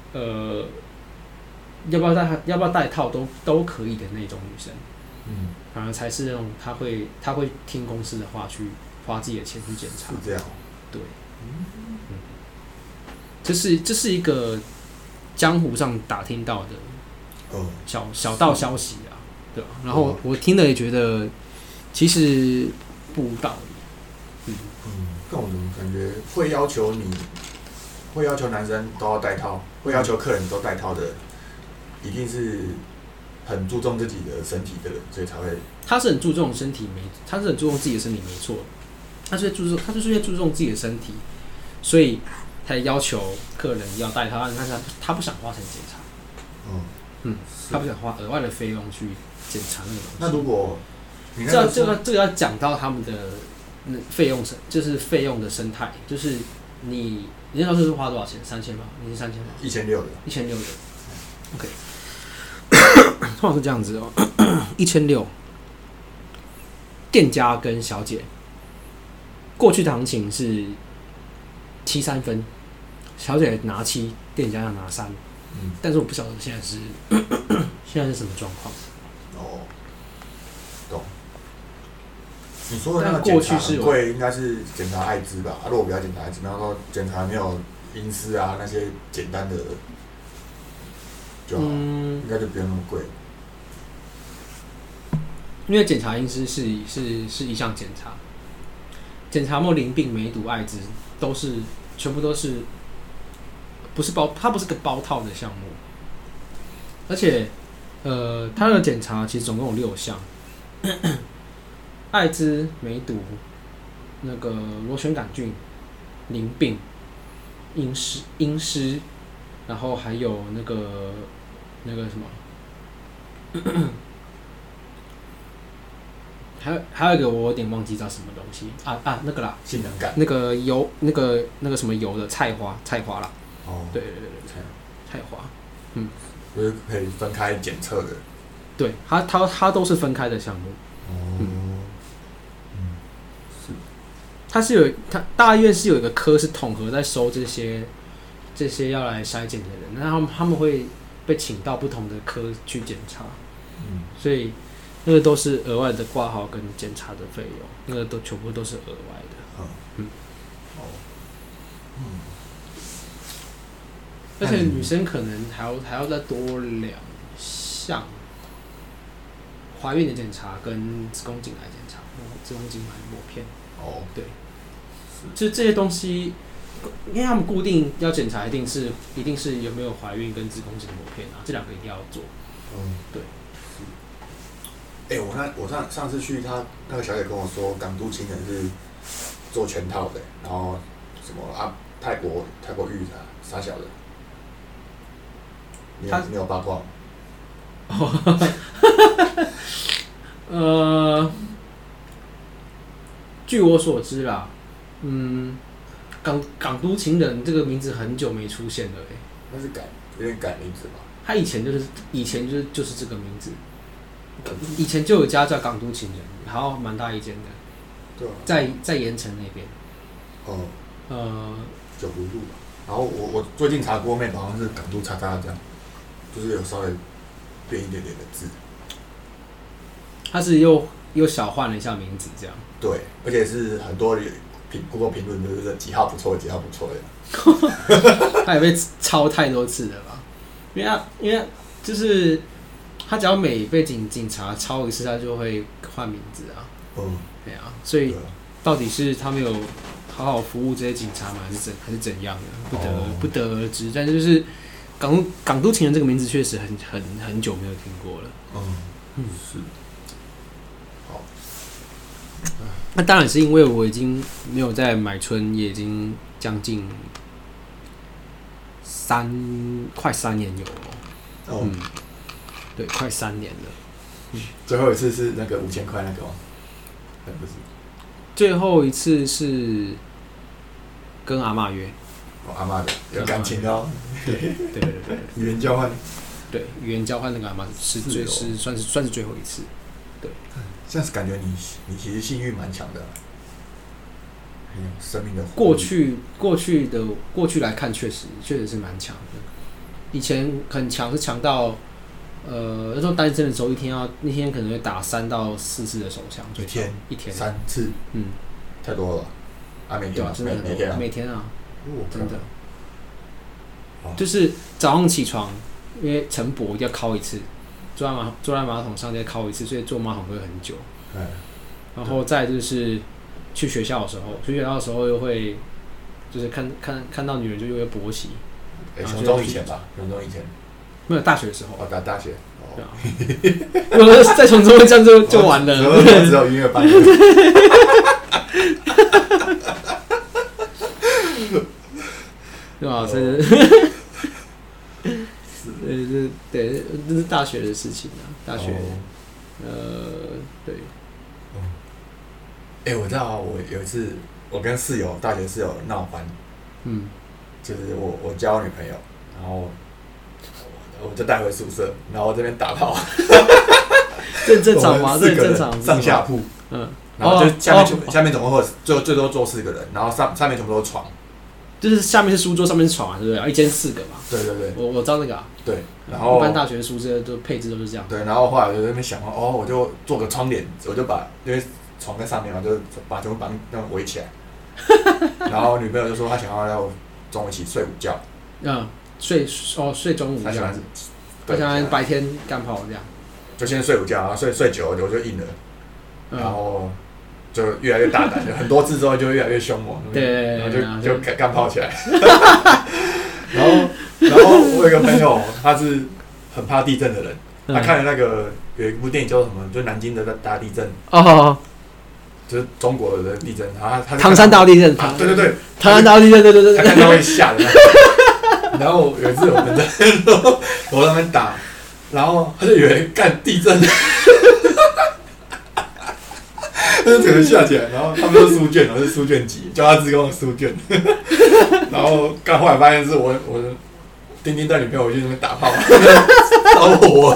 要不要带套都可以的那种女生，反而才是那种她会听公司的话去花自己的钱去检查， 是这样， 对，这是一个江湖上打听到的小道消息啊，对吧？然后我听了也觉得其实不无道理， 但我怎么感觉会要求男生都要戴套，会要求客人都戴套的，一定是很注重自己的身体的人，所以才会。 他是很注重身体他是很注重自己的身体，没错。他就是因为注重自己的身体，所以才要求客人要戴套。但是他不想花钱检查，他不想花额外的费用去检查那个东西。 那如果你这个要讲到他们的费用，就是费用的生态，就是你那时候是花多少钱？3000吧？你是3000吗 ？1600的。 1600的 ，OK。通常是这样子1600，店家跟小姐，过去的行情是7-3分，小姐拿7，店家要拿3，但是我不晓得现在是什么状况。 懂。你说的那个检查很贵，应该是检查艾滋吧？如果不要检查艾滋，然后检查没有阴丝啊那些简单的就好，应该就不用那么贵。 因为检查阴丝是一项检查，检查没淋病、梅毒、艾滋全部都是它不是个包套的项目，而且它的检查其实总共有6项。艾滋、梅毒、那个螺旋杆菌、淋病， 阴湿，然后还有那个什么。还有一个我有点忘记叫什么东西那个啦， 性能感， 那个油那个什么油的菜花啦。 哦， 对，菜花， 就是可以分开检测的。 对，它都是分开的项目。 是。 它大医院是有一个科是统合在收这些要来筛检的人，那他们会被请到不同的科去检查。所以那个都是额外的挂号跟检查的费用，那个都全部都是额外的。而且女生可能还要再多2项，怀孕的检查跟子宫颈癌检查，子宫颈癌抹片。对，就这些东西，因为他们固定要检查，一定是有没有怀孕跟子宫颈抹片啊，这2个一定要做。对。 我上次去，他那个小姐跟我说，港都情人是做全套的，然后什么泰国玉啥小的，你有八卦吗？据我所知啦，港都情人这个名字很久没出现了那是有点改名字吧？ 他以前就是这个名字。以前就有家叫港都情人，然后蛮大一间的， 对啊， 在盐城那边。 九如路吧。然后我最近查过妹，好像是港都叉叉这样，就是有稍微变一点点的字。 他是又小换了一下名字這樣。 对，而且是很多Google 评论就是几号不错，几号不错的。 他也被抄太多次了吧？因为就是他只要每被警察抄一次，他就会换名字啊。对啊，所以到底是他没有好好服务这些警察吗？还是怎样的？不得而知。但是就是港都情人这个名字确实很久没有听过了。 是。好。 那当然是因为我已经没有在买春，也已经将近快3年有了。对，快3年了。 最后一次是那个5000块那个吗？不是。 最后一次是跟阿嬷约。 阿嬷的有感情的哦。 对。 语言交换。对， 语言交换那个阿嬷是算是最后一次。对。 这样子感觉你其实性欲蛮强的。生命的过去来看，确实是蛮强的。以前很强，是强到那时候单身的时候，一天可能会打3到4次的手枪， 一天3次，太多了吧？每天真的每天啊，真的。就是早上起床，因为晨勃一定要敲一次，坐在马桶上再敲一次，所以坐马桶会很久。然后再就是去学校的时候又会就是看到女人就又会勃起。 雄中以前吧，雄中以前没有大学的时候。 大学。 对啊。我在雄中这样就完了。 只有音乐班。 对吧？对，这是大学的事情啊。大学，对。 我知道我有一次，我跟大学室友闹翻。就是我交女朋友，然后我就带回宿舍，然后这边打炮。 这正常吗？这正常。 上下铺。然后就下面总共最多坐4个人，然后上面全部都是床。 就是下面是书桌，上面是床，对不对？一间4个嘛。 对。 我知道那个啊。 对，然后一般大学宿舍都配置都是这样。 对，然后后来我就在那边想，我就做个窗帘，我就因为床在上面嘛，就把全部那种围起来。然后女朋友就说她想要中午一起睡午觉。睡中午。她喜欢白天干炮这样。 就先睡午觉，然后睡久了我就硬了，然后就越来越大胆，很多次之后就越来越凶猛。 对， 然后就干炮起来。然后我有一个朋友，他是很怕地震的人，他看了那个有一部电影叫什么，就南京的大地震。 就是中国的地震，然后他唐山大地震， 对对对， 唐山大地震，对， 他看到会吓的。然后有一次我们在楼上面打，然后他就以为干地震，他就整个吓起来，然后他们是书卷，我是书卷集，叫他自贡的书卷，然后后来发现是我丁丁带女朋友去那边打炮，着火，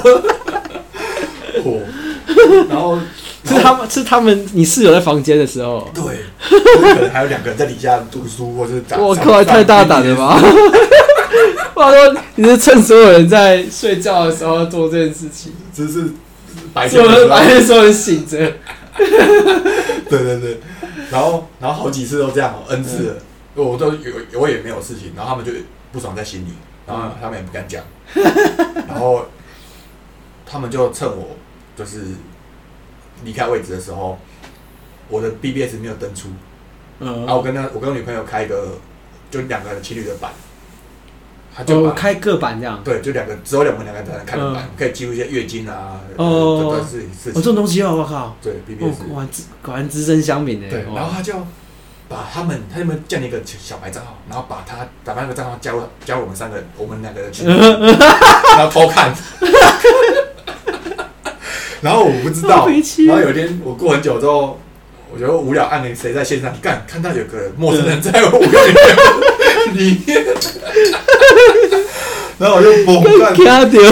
然后是他们你室友在房间的时候， 对，可能还有2个人在底下读书或是打。 我靠，太大胆了吧！我说你是趁所有人在睡觉的时候做这件事情， 只是白天所有人醒着。 对，然后好几次都这样，N 次了，我也没有事情，然后他们就不爽在心里，然后他们也不敢讲，然后他们就趁我就是离开位置的时候，我的 BBS 没有登出，然后我跟我女朋友开一个就2个情侣的版。他就开个版这样， 对，就只有我们2个人才能看的版，可以记录一些月经啊，事情。 这种东西哦，我靠， 对 ，BBS， 果然资深乡民哎。 对，然后他就把他们建了一个小白账号，然后把那个账号加入我们2个的群，然后偷看。然后我不知道，然后有一天我过很久之后，我觉得无聊，按了谁在线上看到有个陌生人在我里面，然后我就崩干掉，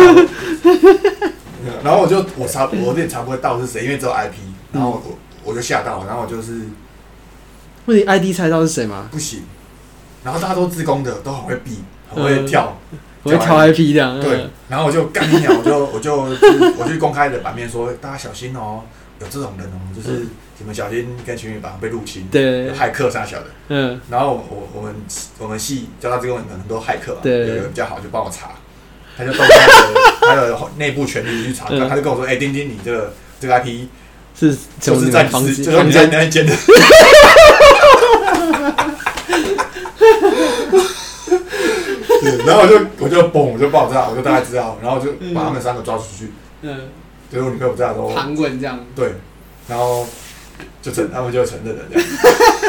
然后我有点查不到是谁，因为只有 IP， 然后我就吓到，然后我就是， 问你 ID 猜到是谁吗？ 不行，然后大家都自工的，都很会避，很会跳。 我会跳 IP 这样， 对，然后我就干你鸟，我去公开的版面说，大家小心哦，有这种人哦，就是你们小心跟情侣版被入侵， 对， 骇客啥小的，然后我们系交大这个人可能都骇客嘛，有人比较好就帮我查，他就动他的内部权力去查，他就跟我说，丁丁你这个 IP 是就是在就是你在那间的。然后我就嘣，我就爆炸，我就大概知道，然后就把他们3个抓出去。就是我女朋友不在的时候， 盘问这样。 对，然后他们就承认了这样。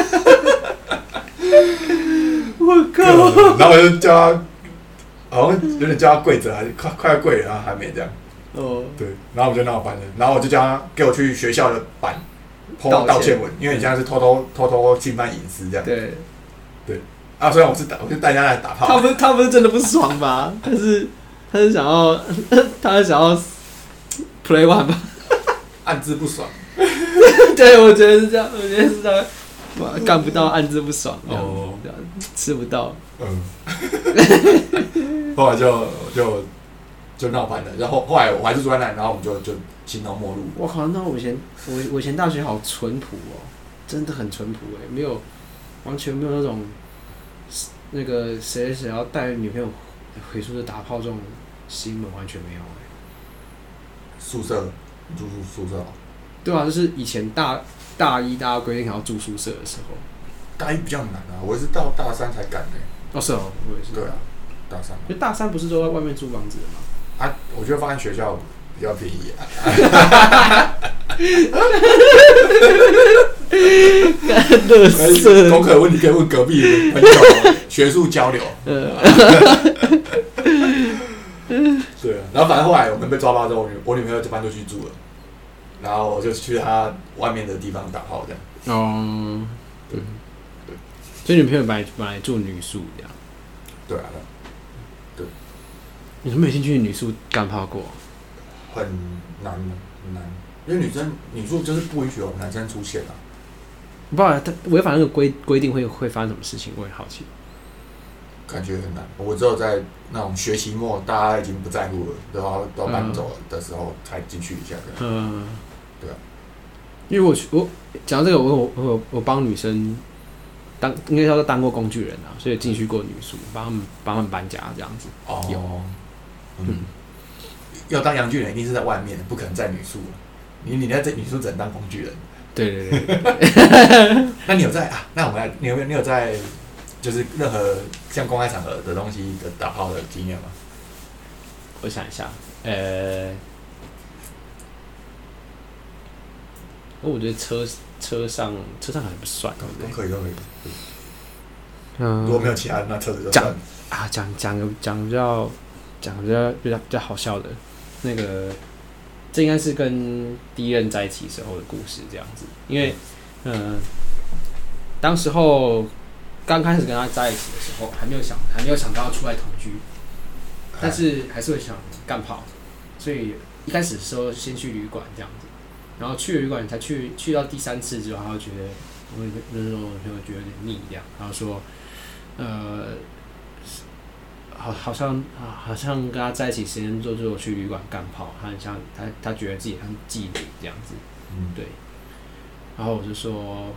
我靠！ 然后我就叫他，好像有点叫他跪着，还是快要跪了，然后还没这样。对，然后我就闹翻了，然后我就叫他给我去学校的版抛道歉文，因为你现在是偷偷侵犯隐私这样。对。虽然我就带他来打炮， 他不是真的不爽吧？他是想要play one 吧？ 暗自不爽。 对，我觉得是这样，我觉得是他干不到，暗自不爽，这样吃不到。 后来就闹翻了，然后后来我还是住在那里，然后我们就形同陌路。 我靠，那我以前大学好淳朴哦，真的很淳朴没有完全没有那种。那个谁要带女朋友回宿舍打炮这种新闻完全没有宿舍住宿舍？ 对啊，就是以前大一大家规定要住宿舍的时候， 大一比较难啊，我也是到大3才敢是哦，我也是。 对啊，大3。 因为大3不是都在外面租房子的吗？ 我觉得放在学校比较便宜功课问题可以问隔壁的朋友，学术交流。对啊，然后反正后来我们被抓包之后，我女朋友就搬出去住了，然后我就去她外面的地方打炮这样。对。 所以女朋友本来住女宿这样。 对啊。对。 你没有进去女宿干炮过？ 很难，因为女宿就是不允许有男生出现啊。 不知道他违反那个规定会发生什么事情，我很好奇。 感觉很难，我只有在那种学期末大家已经不在乎了，然后都搬走了的时候才进去一下的。对啊。 因为我讲到这个，我帮女生应该叫做当过工具人啊，所以进去过女宿，帮他们搬家这样子。 要当洋巨人一定是在外面，不可能在女宿。你在这女宿只能当工具人。 对。 那你有在那我们来，你有在就是任何像公开场合的东西的打炮的经验吗？ 我想一下， 我觉得车上还不算， 都可以。如果没有其他人，那车子就算。 讲比较好笑的，那个这应该是跟第一任在一起时候的故事这样子，因为当时候刚开始跟他在一起的时候，还没有想到要出来同居，但是还是会想干炮，所以一开始的时候先去旅馆这样子，然后去了旅馆才去到第3次之后，他就觉得我那时候我朋友觉得有点腻这样，然后说好像跟他在一起时间就去旅馆干炮，他很像他觉得自己很妓女这样子，对。然后我就说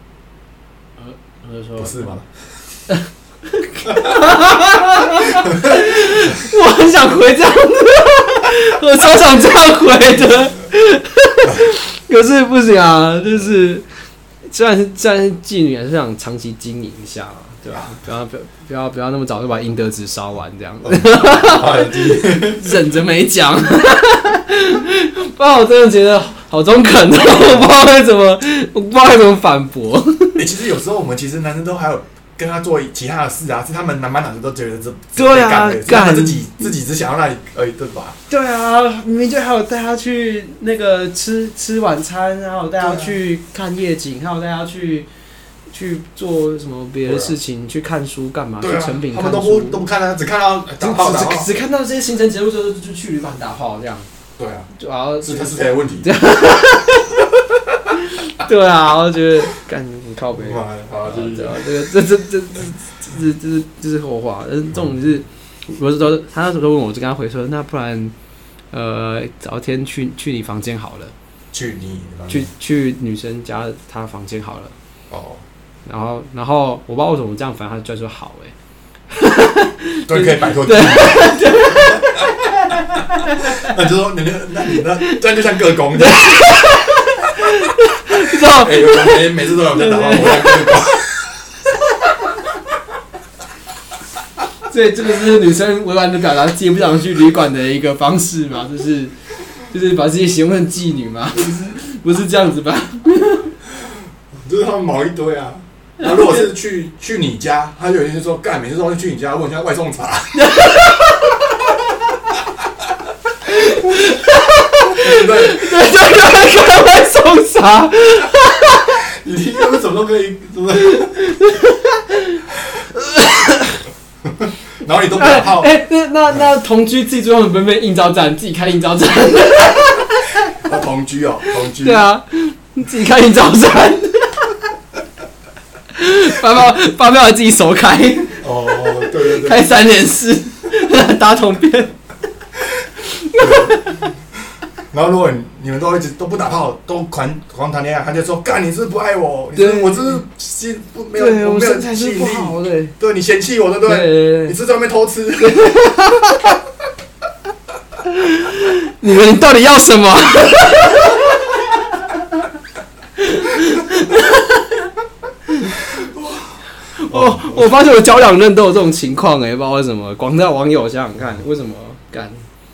不是吗？ 我很想回这样子，我超想这样回的，可是不行啊，就是虽然是妓女，还是想长期经营一下嘛。对吧？不要那么早就把阴德值烧完这样子，忍着没讲，不然我真的觉得好中肯哦，我不知道该怎么反驳。 其实有时候我们其实男生都还有跟他做其他的事啊，是他们满脑子都觉得这对啊， 他们自己只想要那里而已，对吧？ 对啊，明明就还有带他去那个吃晚餐，然后带他去看夜景，还有带他去做什么别的事情，去看书干嘛？去成品看书， 他们都不看啊，只看到打炮， 只看到这些行程结束之后就去旅馆打炮这样。 对啊， 然后是他的问题。 对啊，我觉得干你靠北， 好， 这是后话。但是重点是，我是说，他那时候问我，就跟他回说，那不然找天去你房间好了，去女生家她房间好了。 哦。 然后我不知道为什么这样，反正他就说好对，可以摆脱。对。那就说你这样就像个工。每次都有在打炮，我像个工。所以这个是女生委婉的表达自己不想去旅馆的一个方式嘛，就是把自己形容成妓女嘛，不是这样子吧？ 就是他们毛一堆啊。然后如果是去你家，他就有些说干，每次都会去你家问一下外送茶。对， 看外送茶。 你听他们怎么都可以，是不是？然后你都不打炮。 那同居自己最后能不能应招站，自己开应招站？ 同居。 对啊，你自己开应招站。发票还自己手开。 哦，对。 开3连4，打统编。 然后如果你们都一直都不打炮，都狂谈恋爱，他就说干，你是不是不爱我？我只是心没有，我没有吸引力。对，你嫌弃我，对不对？你是在外面偷吃。 你到底要什么？我发现我交两任都有这种情况不知道为什么。广大网友想想看，为什么干？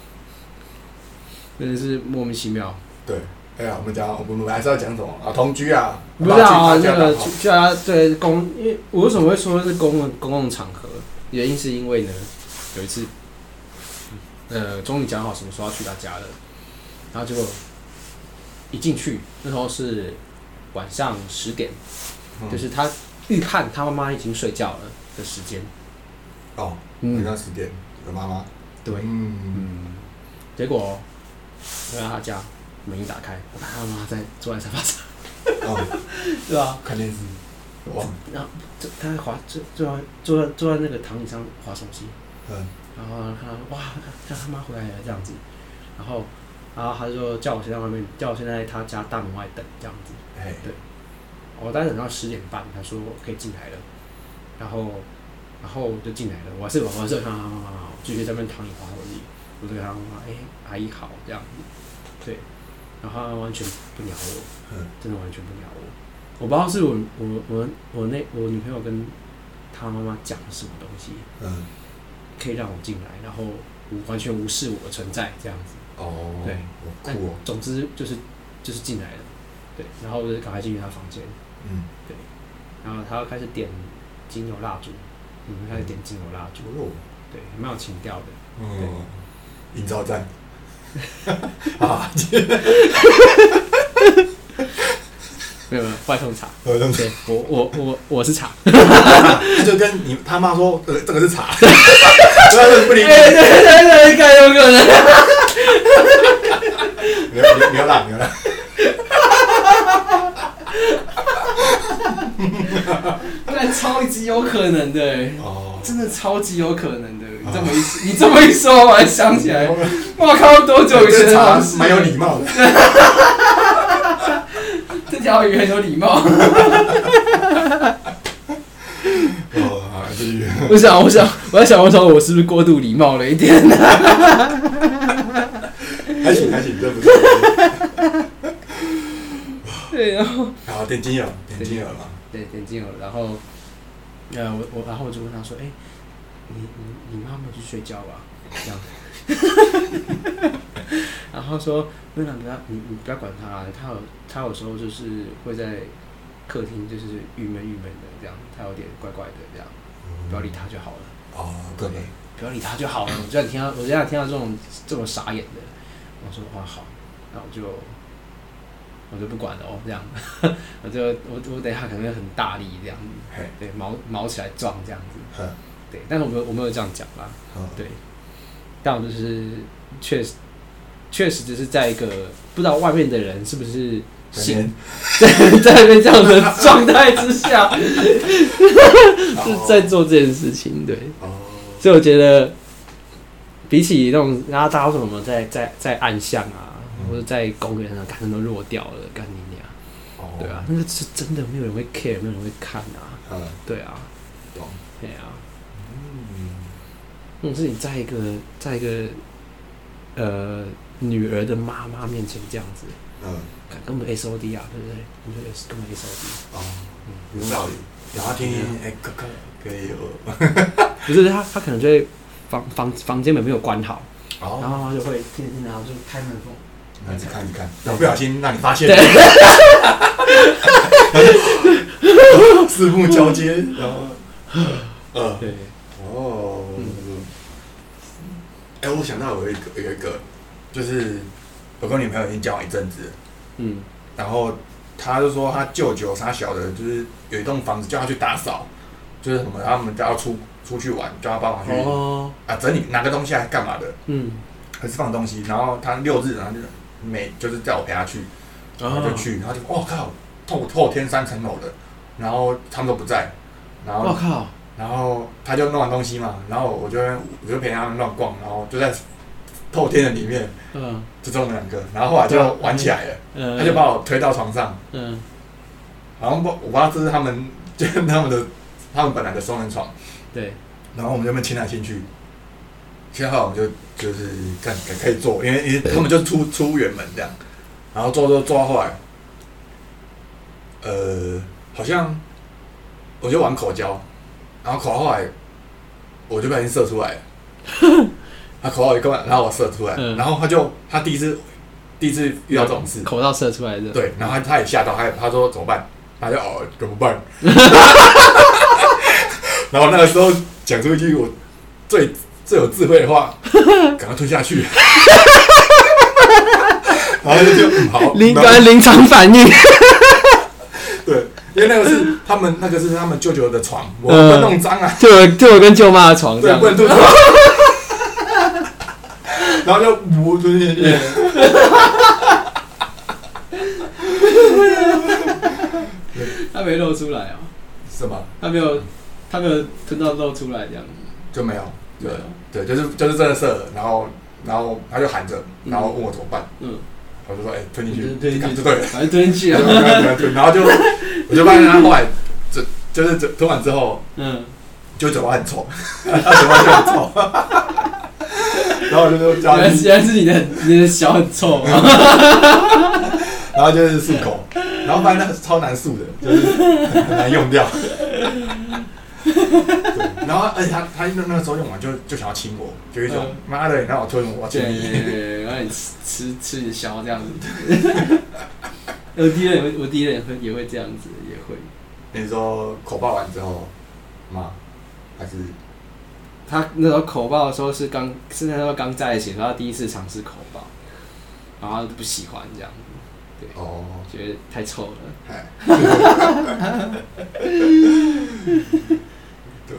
真的是莫名其妙。 对，我们还是要讲什么啊？同居啊？ 不是啊，那个去他对因为我为什么会说是公共场合？原因是因为呢，有一次，终于讲好什么时候要去他家了，然后结果一进去，那时候是晚上10点，就是他预判他妈妈已经睡觉了的时间。 哦，晚上10点有妈妈。 对，结果来到他家，门一打开，我看他妈在坐在沙发上。对吧？ 看电视。哇！ 然后他坐在那个躺椅上滑手机。然后看到哇，看他妈回来了这样子，然后他就叫我先在外面，叫我先在他家大门外等这样子。对。我大概等到10点半，他说可以进来了，然后我就进来了，我还是看他妈妈，继续在那边躺椅滑手机，我就跟他妈阿姨好这样子，对，然后他完全不鸟我，真的完全不鸟我，我不知道是我女朋友跟他妈妈讲什么东西，可以让我进来，然后完全无视我的存在这样子，对， 酷哦， 总之就是进来了。 对，然后我就赶快进去他房间，对，然后他要开始点精油蜡烛，开始点精油蜡烛，对，蛮有情调的， 营造站，啊， 没有外送茶，对，我是茶， 就跟你他妈说，这个是茶，对，不理解， 对，应该有可能， 不要浪， 但超级有可能的，真的超级有可能的。你这么一说，我还想起来，我靠，多久以前的往事？ 蛮有礼貌的。 这条鱼很有礼貌。我在想，我是不是过度礼貌了一点？ 还行，这不错。 对，然后点精油嘛。 对，点精油，然后然后我就问他说，你妈没有去睡觉吧？这样。然后说，你不要管他，他有时候就是会在客厅就是郁闷的这样，他有点怪怪的这样，不要理他就好了。 对， 不要理他就好了。我这样听到这种傻眼的，我说好，那我就不管了这样，我等一下可能会很大力这样子，对，毛起来撞这样子，对，但是我没有这样讲啦，对，但我就是确实只是在一个不知道外面的人是不是在那边这样的状态之下，是在做这件事情，对，所以我觉得比起那种大家说什么在暗巷啊。或者在公园上，可能都弱掉了，干你娘！对啊，那个是真的，没有人会 care， 没有人会看啊。对啊， 懂， 对啊。那种事情在一个女儿的妈妈面前这样子，根本 SOD 啊，对不对？根本 SOD。 有道理。然后天天哥可以有。 不是他可能就会房间门没有关好，然后他就会天然后就开门缝。 看，然后不小心让你发现，四目交接，然后，对，我想到有一个，就是我跟女朋友已经交往一阵子，然后他就说他舅舅他小的，就是有一栋房子叫他去打扫，就是什么他们家要出去玩，叫他帮忙去整理拿个东西来干嘛的，还是放东西，然后他6日，然后就是叫我陪他去，然后就去，然后就靠，透天3层楼的，然后他们都不在，然后然后他就弄完东西嘛，然后我就陪他们乱逛，然后就在透天的里面，就这么2个，然后后来就玩起来了，他就把我推到床上，好像我不知道这是他们本来的双人床，对，然后我们就亲来亲去。现在后来我们就是可以做，因为他们就出远门这样，然后做到后来，好像我就玩口交，然后口到后来我就不小心射出来了，他口到一个，然后我射出来，然后他第一次遇到这种事， 口到射出来的， 对，然后他也吓到，他说怎么办？他就怎么办？然后那个时候讲出一句我最有智慧的话，赶快吞下去。然后就好， 临场反应。 对，因为那个是他们舅舅的床，我不能弄脏啊。 就我跟舅妈的床这样。 对，不能吐。然后就吞进去。 他没露出来啊？ 什么？ 他没有吞到露出来这样子。 就没有。对，就是真的射了，然后他就喊着，然后问我怎么办，我就说吞进去，就对了， 反正吞进去啊， 然后我就发现他后来就是吞完之后，就嘴巴很臭，他嘴巴就很臭，然后我就说原来是你的小很臭， 然后就是漱口，然后发现那个超难漱的，就是很难用掉。对，然后而且他那个时候用完就想要亲我，就一种妈的，你让我吞我，我要亲你， 对，让你吃香这样子。 我第一任也会这样子，也会。 你说口爆完之后吗？还是他那时候口爆的时候是那时候刚在一起，然后他第一次尝试口爆，然后他不喜欢这样子，对， 哦， 觉得太臭了。 对，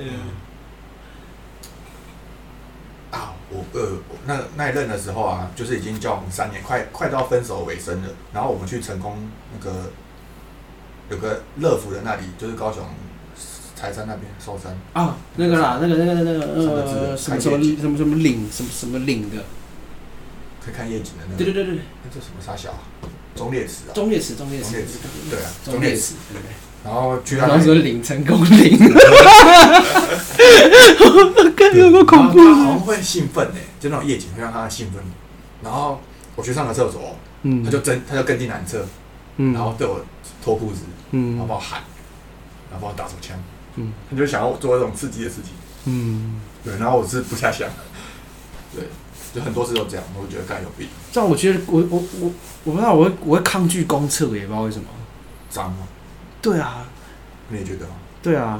我那一任的时候啊，就是已经交往3年，快到分手尾声了。然后我们去成功那个有个乐福的那里，就是高雄柴山那边寿山啊，那个啦，那个什么岭什么岭的， 可以看夜景的那个。 对， 那叫什么沙小？忠烈祠啊。 忠烈祠，对啊， 忠烈祠，对。 然后去他说岭成功岭，感觉有恐怖。 他好像会兴奋就那种夜景会让他兴奋。然后我去上个厕所，他就跟进男厕，然后对我脱裤子，然后帮我喊，然后帮我打手枪，他就想要我做这种刺激的事情，对，然后我是不下想，对，就很多次都这样，我就觉得干有病。 这样我觉得我不知道我会抗拒公厕，也不知道为什么。 脏吗？ 对啊， 你也觉得吗？ 对啊，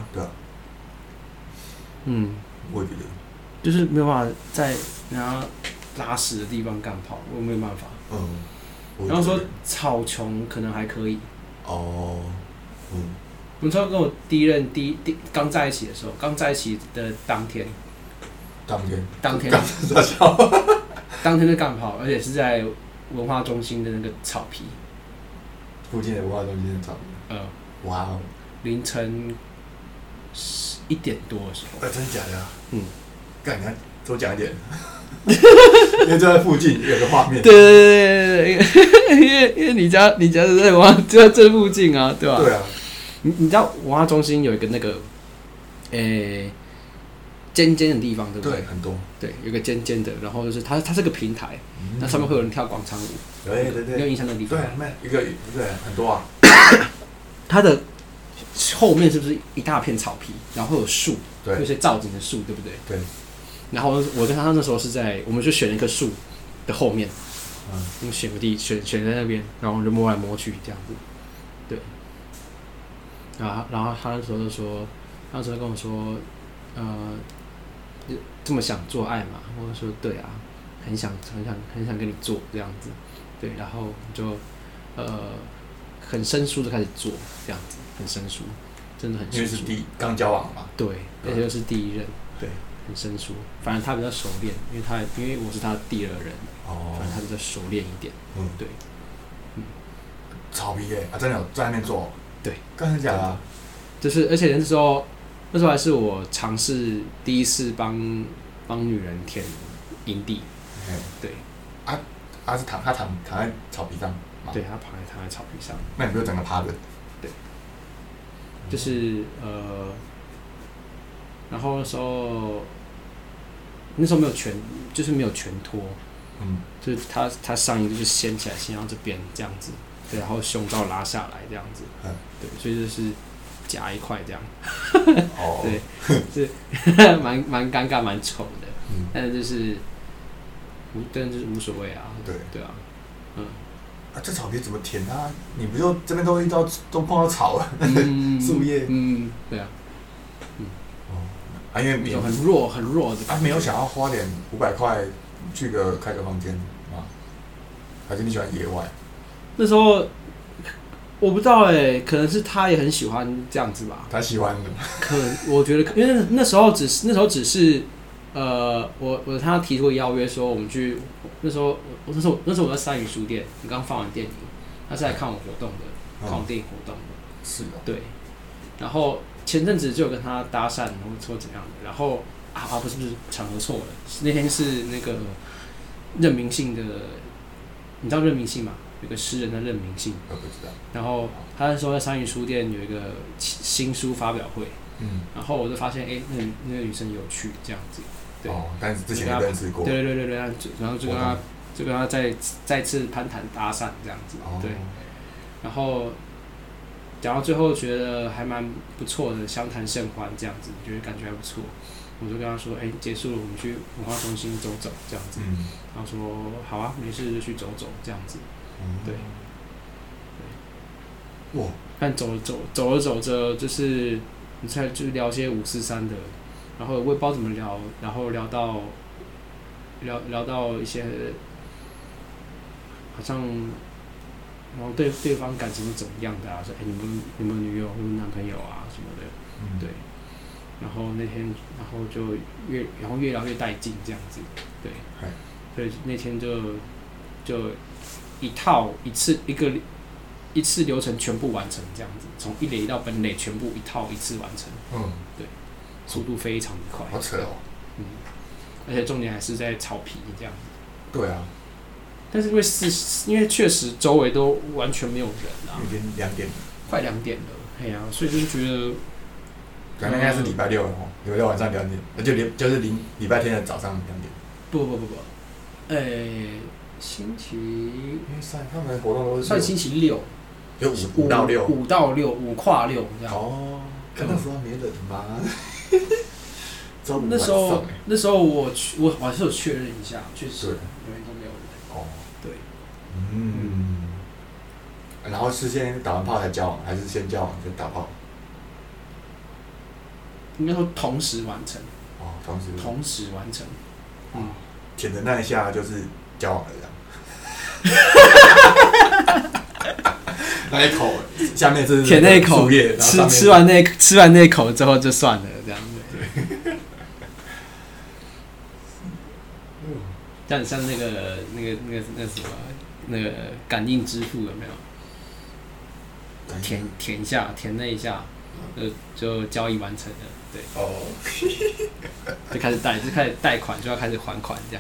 我也觉得， 就是没有办法在人家拉屎的地方干炮，我没有办法。然后说草丛可能还可以。我那时候跟我第一任刚在一起的时候，刚在一起的当天的干炮，而且是在文化中心的那个草皮附近的文化中心的草皮。哇哦！ 凌晨1点多的时候。 真的假的啊？干，你要多讲一点，因为就在附近有个画面。 对，因为你家就在这附近啊，对吧？ 对啊。 你知道文化中心有一个那个，尖尖的地方，对不对？ 对，很多。对， 有个尖尖的，然后就是它是个平台，那上面会有人跳广场舞。 对， 你有印象那个地方？ 对，很多啊。 它的后面是不是一大片草皮，然后会有树，有一些造景的树，对不对？ 对。 然后我跟他那时候我们就选了一棵树的后面，我们选个地选在那边，然后就摸来摸去这样子，对。然后他那时候就说，他那时候跟我说，这么想做爱嘛？我就说对啊，很想跟你做这样子，对。然后就很生疏的开始做这样子，很生疏，真的很生疏。 因为是刚交往嘛。 对，而且又是第一任，对，很生疏。反正他比较熟练，因为我是他的第2任，反正他比较熟练一点。对。 草皮真的有在那边做。 对。 真的假的？就是， 而且那时候还是我尝试第一次帮女人填营地。对。 是他躺在草皮上。 对，他躺在草皮上。 那你不就整个趴着？ 对。就是然后那时候没有全脱。就是他上衣就是掀起来，掀到这边这样子，对，然后胸罩拉下来这样子。对，所以就是夹一块这样。对，是蛮尴尬蛮丑的。但是就是无所谓啊。对啊。 这草皮怎么填啊？你不就这边都碰到草了，树叶。 对啊。 因为你很弱的。 没有想要花点500块开个房间吗？还是你喜欢野外？ 那时候我不知道可能是他也很喜欢这样子吧。 他喜欢的。 可能我觉得，因为那时候只是。我他提出邀约说我们去，那时候我在三语书店，你刚放完电影，他是来看我活动的，看我电影活动的。 是的。 对。然后前阵子就有跟他搭讪，然后说怎样的，然后不是场合错了，那天是那个任明信的，你知道任明信吗？有个诗人的任明信。 我不知道。 然后他那时候在三语书店有一个新书发表会，然后我就发现那个女生有趣这样子。对， 但是之前有认识过。 对，然后就跟他再次攀谈搭讪这样子。对，然后讲到最后觉得还蛮不错的，相谈甚欢这样子，觉得感觉还不错。我就跟他说，结束了，我们去文化中心走走这样子。他说好啊，没事就去走走这样子。对。 哇， 但走着，就是你才就聊些543的，然后我也不知道怎么聊，然后聊到一些好像，然后对方感情是怎么样的啊？说你们有没有女友，有没有男朋友啊什么的，对。然后那天，然后就越聊越带劲这样子，对。所以那天就一次流程全部完成这样子，从一垒到本垒全部一次完成。对，速度非常的快。 好扯哦。 而且重点还是在草皮这样子。 对啊。 但是因为确实周围都完全没有人啊。 已经2点了。快 2点了，哎呀，所以就是觉得。 可能应该是礼拜6了哦，礼拜6晚上2点，就是礼拜天的早上2点。 不，星期，因为他们的活动都是算星期6， 就5到6 ，5到6，5跨6这样。 哦，可那时候没人吗？ 那时候我还是有确认一下，确实那边都没有人。 哦， 对， 然后是先打完炮才交往，还是先交往再打炮？ 应该说同时完成。 哦， 同时完成。 舔的那一下就是交往了这样。那一口下面是舔那一口，吃完那一口之后就算了这样子。像那个什么那个感应支付有没有？舔一下，舔那一下，就交易完成了。对，就开始贷款，就要开始还款这样，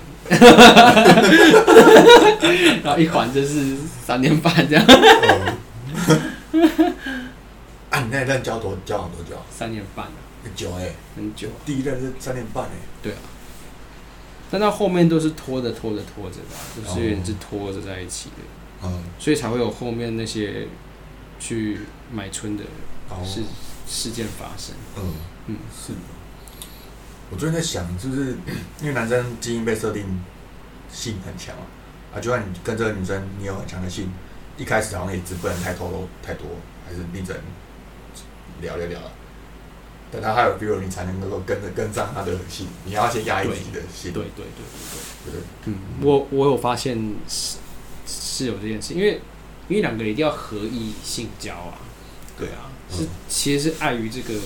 然后一还就是3年半这样。 啊，你那一任交往多久 ？3年半了。 很久很久。 第一任是3年半对啊。但到后面都是拖着的，就是有点是拖着在一起的。所以才会有后面那些去买春的事件发生。 是。我最近在想，就是因为男生基因被设定性很强啊，就算你跟这个女生你有很强的性，一开始好像也只不能太透露太多，还是你只能聊。但他还有 feel， 你才能够跟上他的性，你要先压抑自己的性。对。 我有发现是有这件事，因为2个人一定要合意性交啊。对啊，其实是碍于这个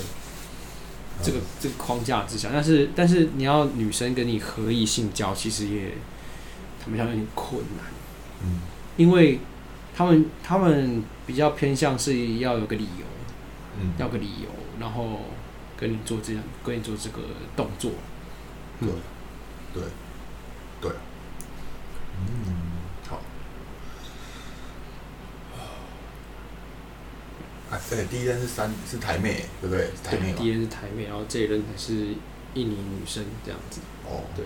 框架之下，但是你要女生跟你合意性交，其实也他们有点困难。因为他们比较偏向是要有个理由，然后跟你做这个动作。 对。好。对，第一任是台妹，对不对？台妹。 第一任是台妹，然后这一任才是印尼女生这样子。对。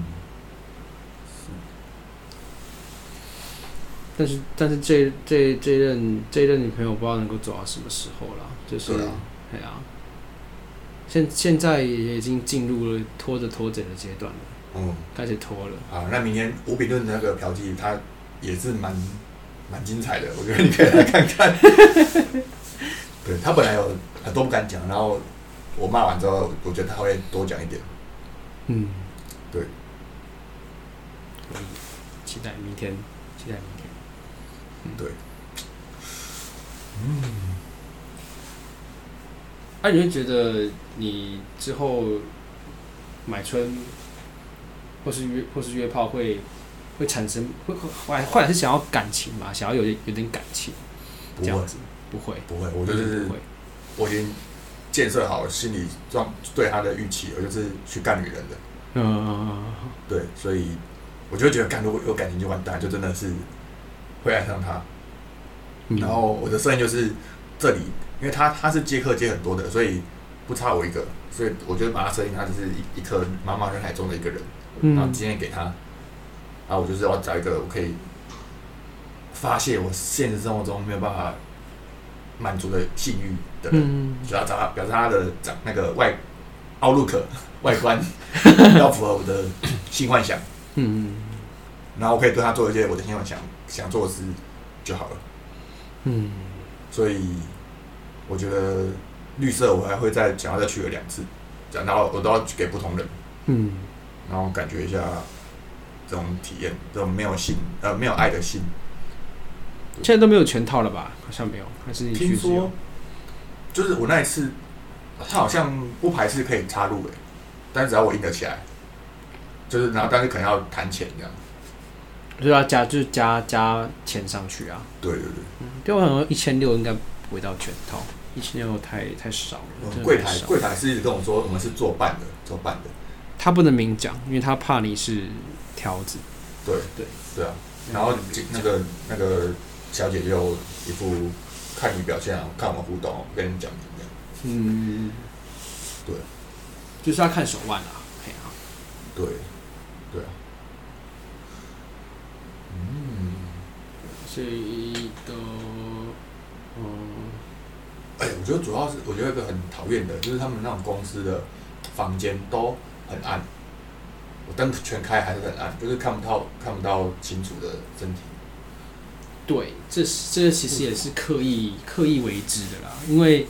但是这一任女朋友不知道能够走到什么时候啦，就是，对啊。现在也已经进入了拖着的阶段了。开始拖了。 那明天吴炳论的那个嫖妓，他也是蛮精彩的，我觉得你可以来看看。对，他本来有很多不敢讲，然后我骂完之后，我觉得他会多讲一点。对。 期待明天。 对。 你会觉得你之后买春或是约炮会产生后来是想要感情嘛？想要有点感情，这样子不会， 我就是我已经建设好心理对他的预期，我就是去干女人的。对，所以我就觉得如果有感情就完蛋，就真的是会爱上他。然后我的设定就是这里，因为他是接客接很多的，所以不差我一个，所以我就把他设定他就是一颗茫茫人海中的一个人，然后今天给他，然后我就是要找一个我可以发泄我现实生活中没有办法满足的性欲的人，就要找他，表示他的那个outlook 外观要符合我的性幻想，然后我可以对他做一些我的性幻想想做的事就好了。 所以我觉得绿色我还会想要再去个2次，然后我都要给不同人，然后感觉一下这种体验，这种没有爱的心。 现在都没有全套了吧？好像没有，还是你去听说就是我那一次，他好像不排斥可以插入但是只要我印得起来，就是但是可能要谈钱这样。 就要加钱上去啊。 对对对。 对我想说1600应该不会到全套，1600太少了。 柜台是一直跟我说我们是做半的。 他不能明讲，因为他怕你是条子。 对啊。然后那个小姐就一副看你表现啊，看我们互动，跟你讲这样。对。 就是要看手腕啊。 对。 所以的， 我觉得主要是我觉得一个很讨厌的，就是他们那种公司的房间都很暗，我灯全开还是很暗，就是看不到清楚的身体。 对，这其实也是刻意为之的啦，因为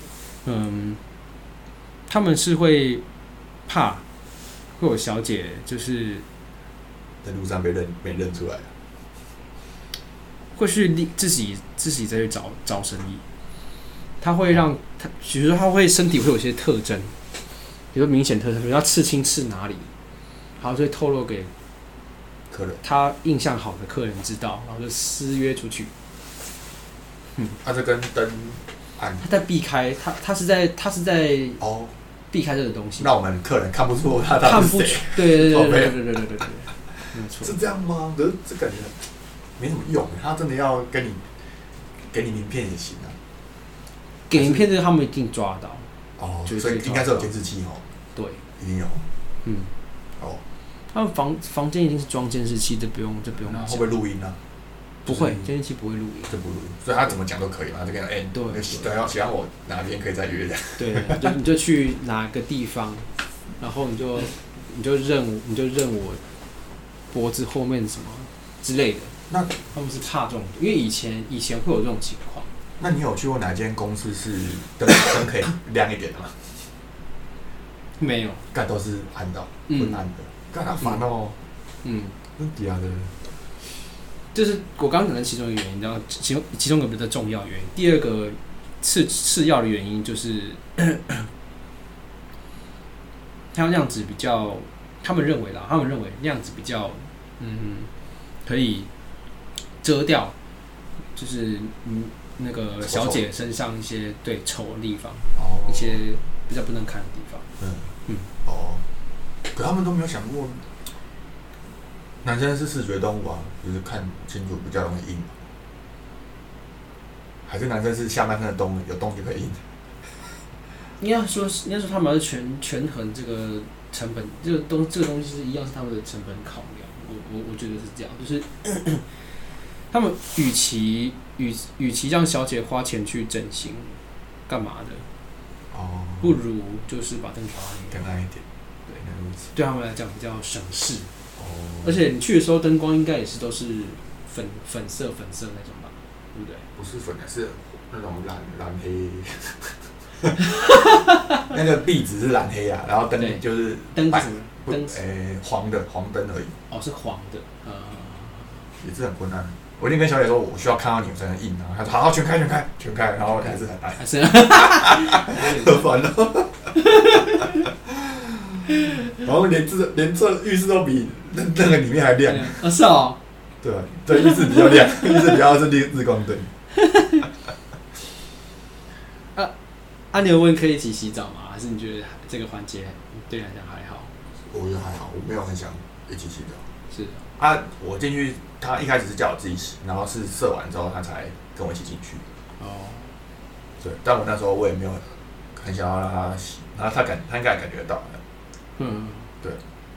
他们是会怕会有小姐就是在路上被认出来了。 会去自己再去找生意，他会让他，比如说他会身体会有一些特征，比如说明显特征，比如他刺青刺哪里，然后就会透露给客人， 他印象好的客人知道，然后就私约出去。 这跟灯暗， 他在避开他是在避开这个东西， 让我们客人看不出他看不出，对， 没错，是这样吗？可是这感觉没什么用，他真的要给你名片也行啊。 给名片这个他们一定抓到。 所以应该是有监视器对， 一定有。 他们房间一定是装监视器，这不用讲。 会不会录音啊？ 不会，监视器不会录音。 这不录音，所以他怎么讲都可以嘛。就跟对，喜欢我哪边可以再约的。 对，你就去哪个地方，然后你就认我脖子后面什么之类的。 那他们是怕这种，因为以前会有这种情况。 那你有去过哪间公司是灯可以亮一点的吗？ 没有， 干都是暗的，昏暗的，干好烦哦。真假的。 就是我刚刚讲的其中一个原因，然后其中一个比较重要的原因。第二个次要的原因就是它样子比较，他们认为那样子比较，可以遮掉，就是那个小姐身上一些对丑的地方，一些比较不能看的地方。 可他们都没有想过，男生是视觉动物啊，就是看清楚比较容易印，还是男生是下半身的动物，有东西可以印？ 应该说他们要权衡这个成本，这个东西是一样是他们的成本考量。我觉得是这样，就是他们与其让小姐花钱去整形，干嘛的？不如就是把灯调暗一点。 对他们来讲比较省事。而且你去的时候灯光应该也是都是粉色那种吧，对不对？ 不是粉的，是那种蓝黑。那个壁纸是蓝黑啊，然后灯就是灯是什么？灯黄灯而已。是黄的。也是很昏暗。我一定跟小姐说，我需要看到你我才能印啊。她说好，全开，然后还是很暗。很烦哦。然后连这浴室都比那个里面还亮。 是哦。 对，浴室比较亮，浴室比较是日光灯。 你有问可以一起洗澡吗？还是你觉得这个环节对你来讲还好？ 我觉得还好，我没有很想一起洗澡。 是我进去，他一开始是叫我自己洗，然后是射完之后他才跟我一起进去。对，但我那时候我也没有很想要让他洗，然后他应该感觉到。对。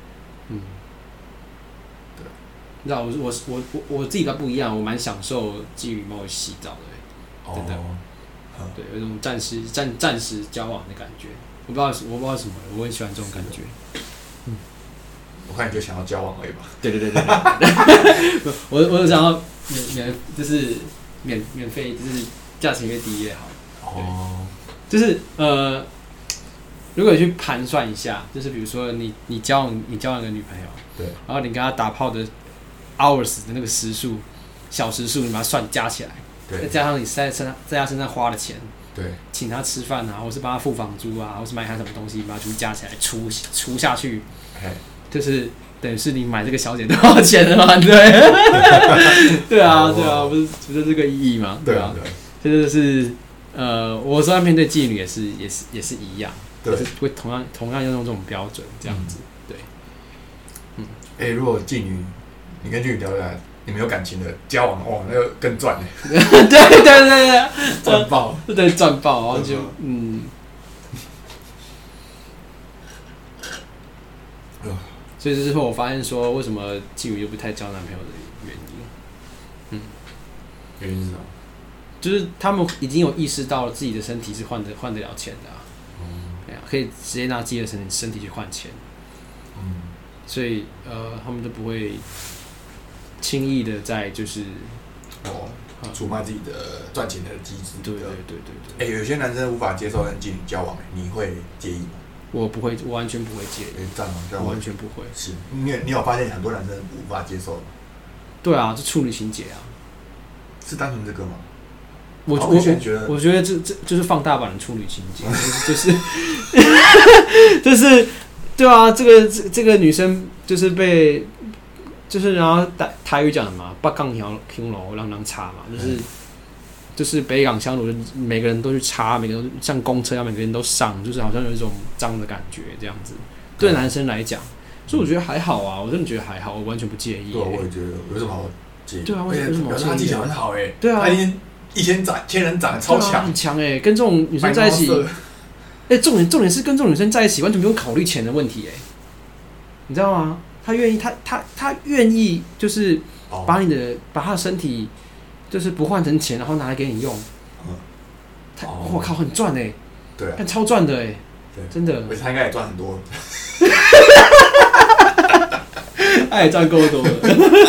对。 你知道我自己的不一样，我蛮享受基于猫洗澡的，真的。对，有一种暂时交往的感觉，我不知道为什么，我很喜欢这种感觉。 我看你就想要交往而已吧。 对。我想要就是免费，就是价钱越低越好。 哦， 就是如果你去盘算一下，就是比如说你交往一个女朋友， 对， 然后你跟她打炮的 hours 的那个时数、小时数，你把它算加起来， 对， 再加上你在她身上花的钱， 对， 请她吃饭啊，或是帮她付房租啊，或是买她什么东西，把它全部加起来除下去，就是等于是你买这个小姐多少钱了嘛？对，对啊，不是这个意义吗？对啊，这就是我说面对妓女也是一样。也是会同样用这种标准这样子，对， 如果妓女，你跟妓女聊起来，你们有感情的交往，哦，那个更赚嘞， 对， 赚爆， 对，赚爆，然后就所以这是我发现说，为什么妓女又不太交男朋友的原因， 原因是什么？ 就是他们已经有意识到了自己的身体是换得了钱的啊。可以直接拿自己的身体去换钱，所以他们都不会轻易的在就是出卖自己的赚钱的机制。 对。 有些男生无法接受跟妓女交往，你会介意吗？ 我不会，我完全不会介意。 这样吗？ 我完全不会。 是，你有发现很多男生无法接受吗？ 对啊，这处女情节啊。 是单纯这个吗？ 我觉得这就是放大版的处女情节，就是对啊，这个女生就是被就是然后台语讲的嘛，北港条平楼让插嘛，就是北港香炉，每个人都去插，每个人都像公车一样，每个人都上，就是好像有一种脏的感觉这样子。对男生来讲，所以我觉得还好啊，我真的觉得还好，我完全不介意。 对，我也觉得有什么好介意？ 对啊，有什么好介意？ 他技巧很好哎， 对啊， 一千人长得超强， 很强哎，跟这种女生在一起，重点是跟这种女生在一起，完全不用考虑钱的问题哎，你知道吗？他愿意就是把他的身体就是不换成钱，然后拿来给你用，我靠，很赚哎， 对啊， 超赚的哎，真的， 他应该也赚很多， 他也赚够多了。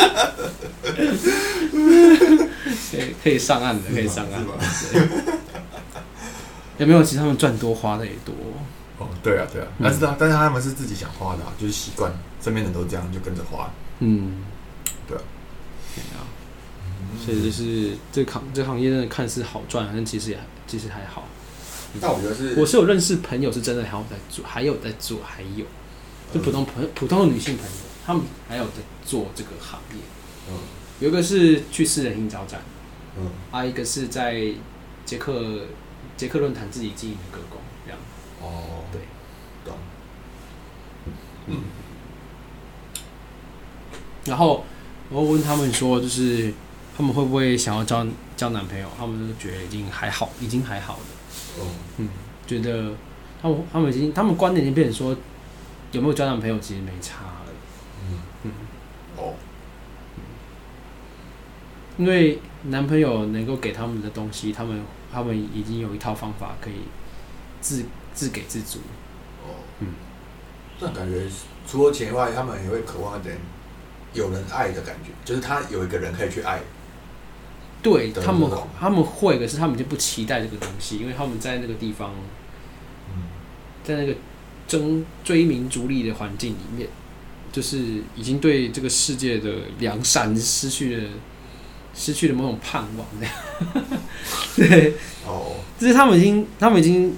可以上岸的，可以上岸的。有没有？其实他们赚多花的也多。 哦，对啊，但是他们是自己想花的，就是习惯，身边人都这样，就跟着花。对啊。 所以就是这行业真的看似好赚，但其实还好。 但我觉得我是有认识朋友是真的还有在做，就普通的女性朋友，他们还有在做这个行业。有一个是去私人应招站，一个是在捷克论坛自己经营的个工，这样。对， 懂。 然后我问他们说，就是他们会不会想要交男朋友？他们都觉得已经还好了。觉得他们观点已经变成说，有没有交男朋友其实没差了。因为男朋友能够给他们的东西，他们已经有一套方法可以自给自足。 这样感觉除了钱以外，他们也会渴望一点有人爱的感觉，就是他有一个人可以去爱。 对，他们会，可是他们就不期待这个东西，因为他们在那个地方，在那个追名逐利的环境里面，就是已经对这个世界的良善失去了某种盼望，这样。对，就是他们已经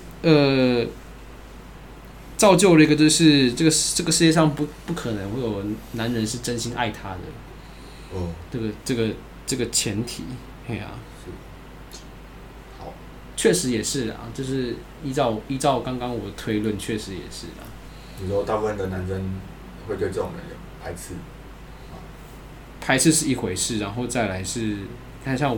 造就了一个，就是这个世界上不可能会有男人是真心爱他的。这个前提， 好， 确实也是啊，就是依照刚刚我的推论，确实也是啊。 你说大部分的男生会对这种人有排斥？ 排斥是一回事，然后再来是看像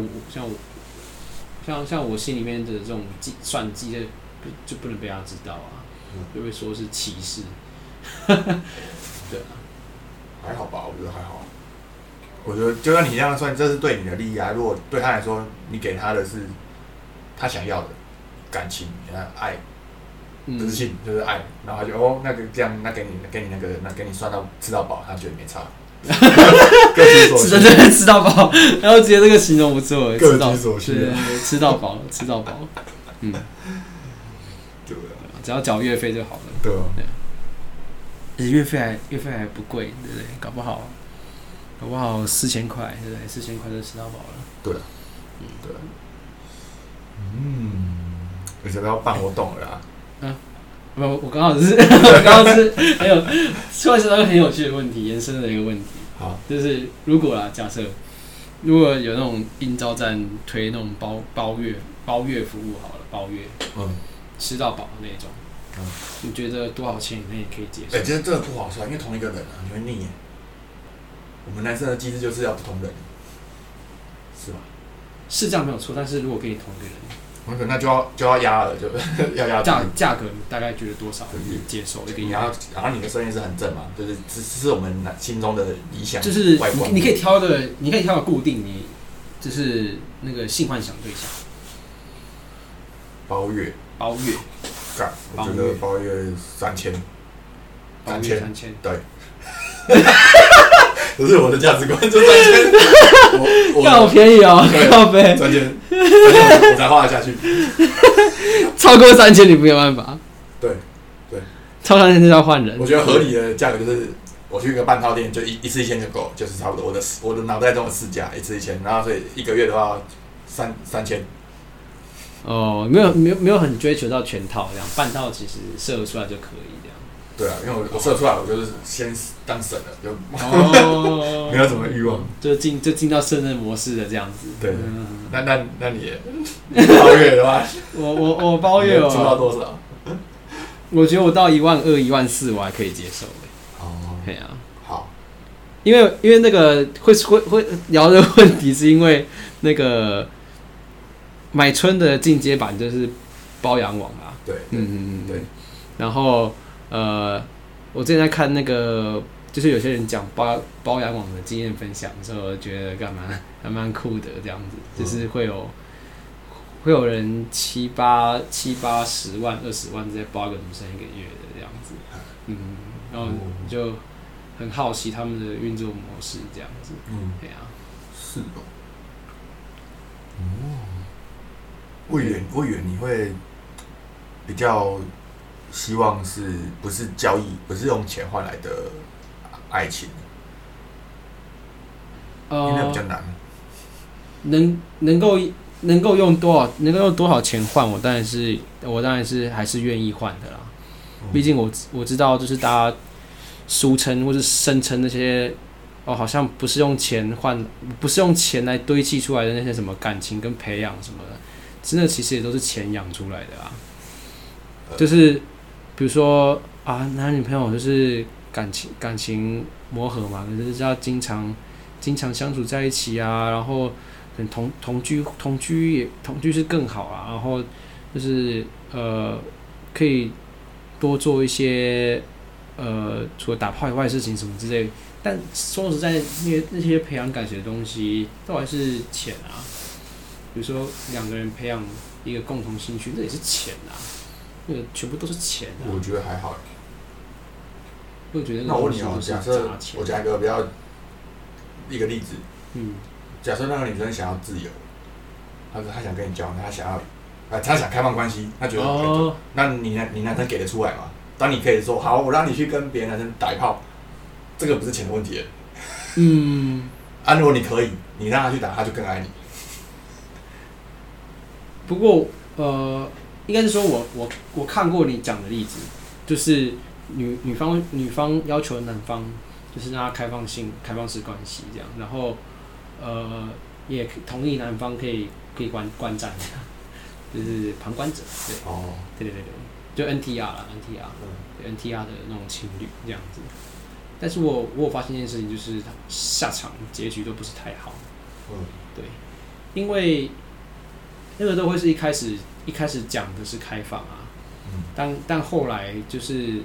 我心里面的这种算计，就不能被他知道啊，就会说是歧视。对啊， 还好吧，我觉得还好。我觉得就像你这样算，这是对你的利益啊。如果对他来说，你给他的是他想要的感情、爱、自信，就是爱，然后他就那个这样，那给你那个，那给你算到吃到饱，他觉得没差。 各取所需， 真的吃到饱，然后觉得这个形容不错， 各取所需， 对，吃到饱，吃到饱，嗯， 对啊， 只要缴月费就好了， 对啊， 而且月费还不贵，对不对？搞不好4000块，对不对？4000块就吃到饱了， 对啊，对啊，而且都要办活动了啦。 我刚好是还有突然想到一个很有趣的问题，延伸的一个问题。 好， 就是如果假设如果有那种应召站推那种包月服务好了，包月，吃到饱的那种，你觉得多少钱以内可以接受？ 其实真的不好算，因为同一个人啊，你会腻耶。我们男生的机制就是要不同人，是吧？ 是这样没有错，但是如果给你同一个人。 那就要压了，就要压价格，你大概觉得多少可以接受？ 然后你的声音是很正嘛，就是是我们心中的理想， 就是你可以挑个固定，你就是那个性幻想对象。 包月，干，我觉得包月3000，对。可是我的价值观就3000， 干好便宜哦，靠背 3000，我才花得下去。 超过3000你没有办法。 对， 超过3000就要换人。 我觉得合理的价格就是我去一个半套店，就一次1000就够，就是差不多我的脑袋中的市价一次1000，然后所以一个月的话3000。 哦，没有很追求到全套这样，半套其实射出来就可以这样。 对啊，因为我射出来，我就是先当神了，就没有什么欲望， 就进到圣人模式的这样子。 对，那你包月的话， 我包月哦， 出到多少？ 我觉得我到12000、14000我还可以接受的。对啊， 好， 因为那个会聊的问题，是因为那个买春的进阶版就是包养网啊。 对，对， 然后。我之前在看那个，就是有些人讲包养网的经验分享的时候，我觉得还蛮酷的这样子，就是会有人7、8、10万、20万在包一个女生1个月的这样子，然后就很好奇他们的运作模式这样子，对啊， 是哦，我以为你会比较。希望不是交易，不是用钱换来的爱情，因为那比较难。能够用多少钱换，我当然是还是愿意换的啦。毕竟我知道，就是大家俗称或是声称那些好像不是用钱换，不是用钱来堆砌出来的那些什么感情跟培养什么的，真的其实也都是钱养出来的啊，就是。比如说男女朋友就是感情磨合嘛，可是要经常相处在一起啊，然后同居是更好啊，然后就是可以多做一些除了打炮以外的事情什么之类的。但说实在，那些培养感情的东西都还是钱啊。比如说2个人培养一个共同兴趣，那也是钱啊。那个全部都是钱啊！ 我觉得还好。 我觉得那我问你假设我讲一个例子，假设那个女生想要自由，她想跟你交往，她想开放关系，她觉得那你男生给得出来吗？当你可以说好，我让你去跟别的男生打一炮，这个不是钱的问题。如果你可以，你让他去打，他就更爱你。 不过应该是说我看过你讲的例子，就是女方要求男方就是让他开放式关系这样，然后也同意男方可以观战这样，就是旁观者，对，就 NTR 啦 NTR 的那种情侣这样子。但是我有发现一件事情，就是下场结局都不是太好，对，因为那个都会是一开始讲的是开放啊，但后来就是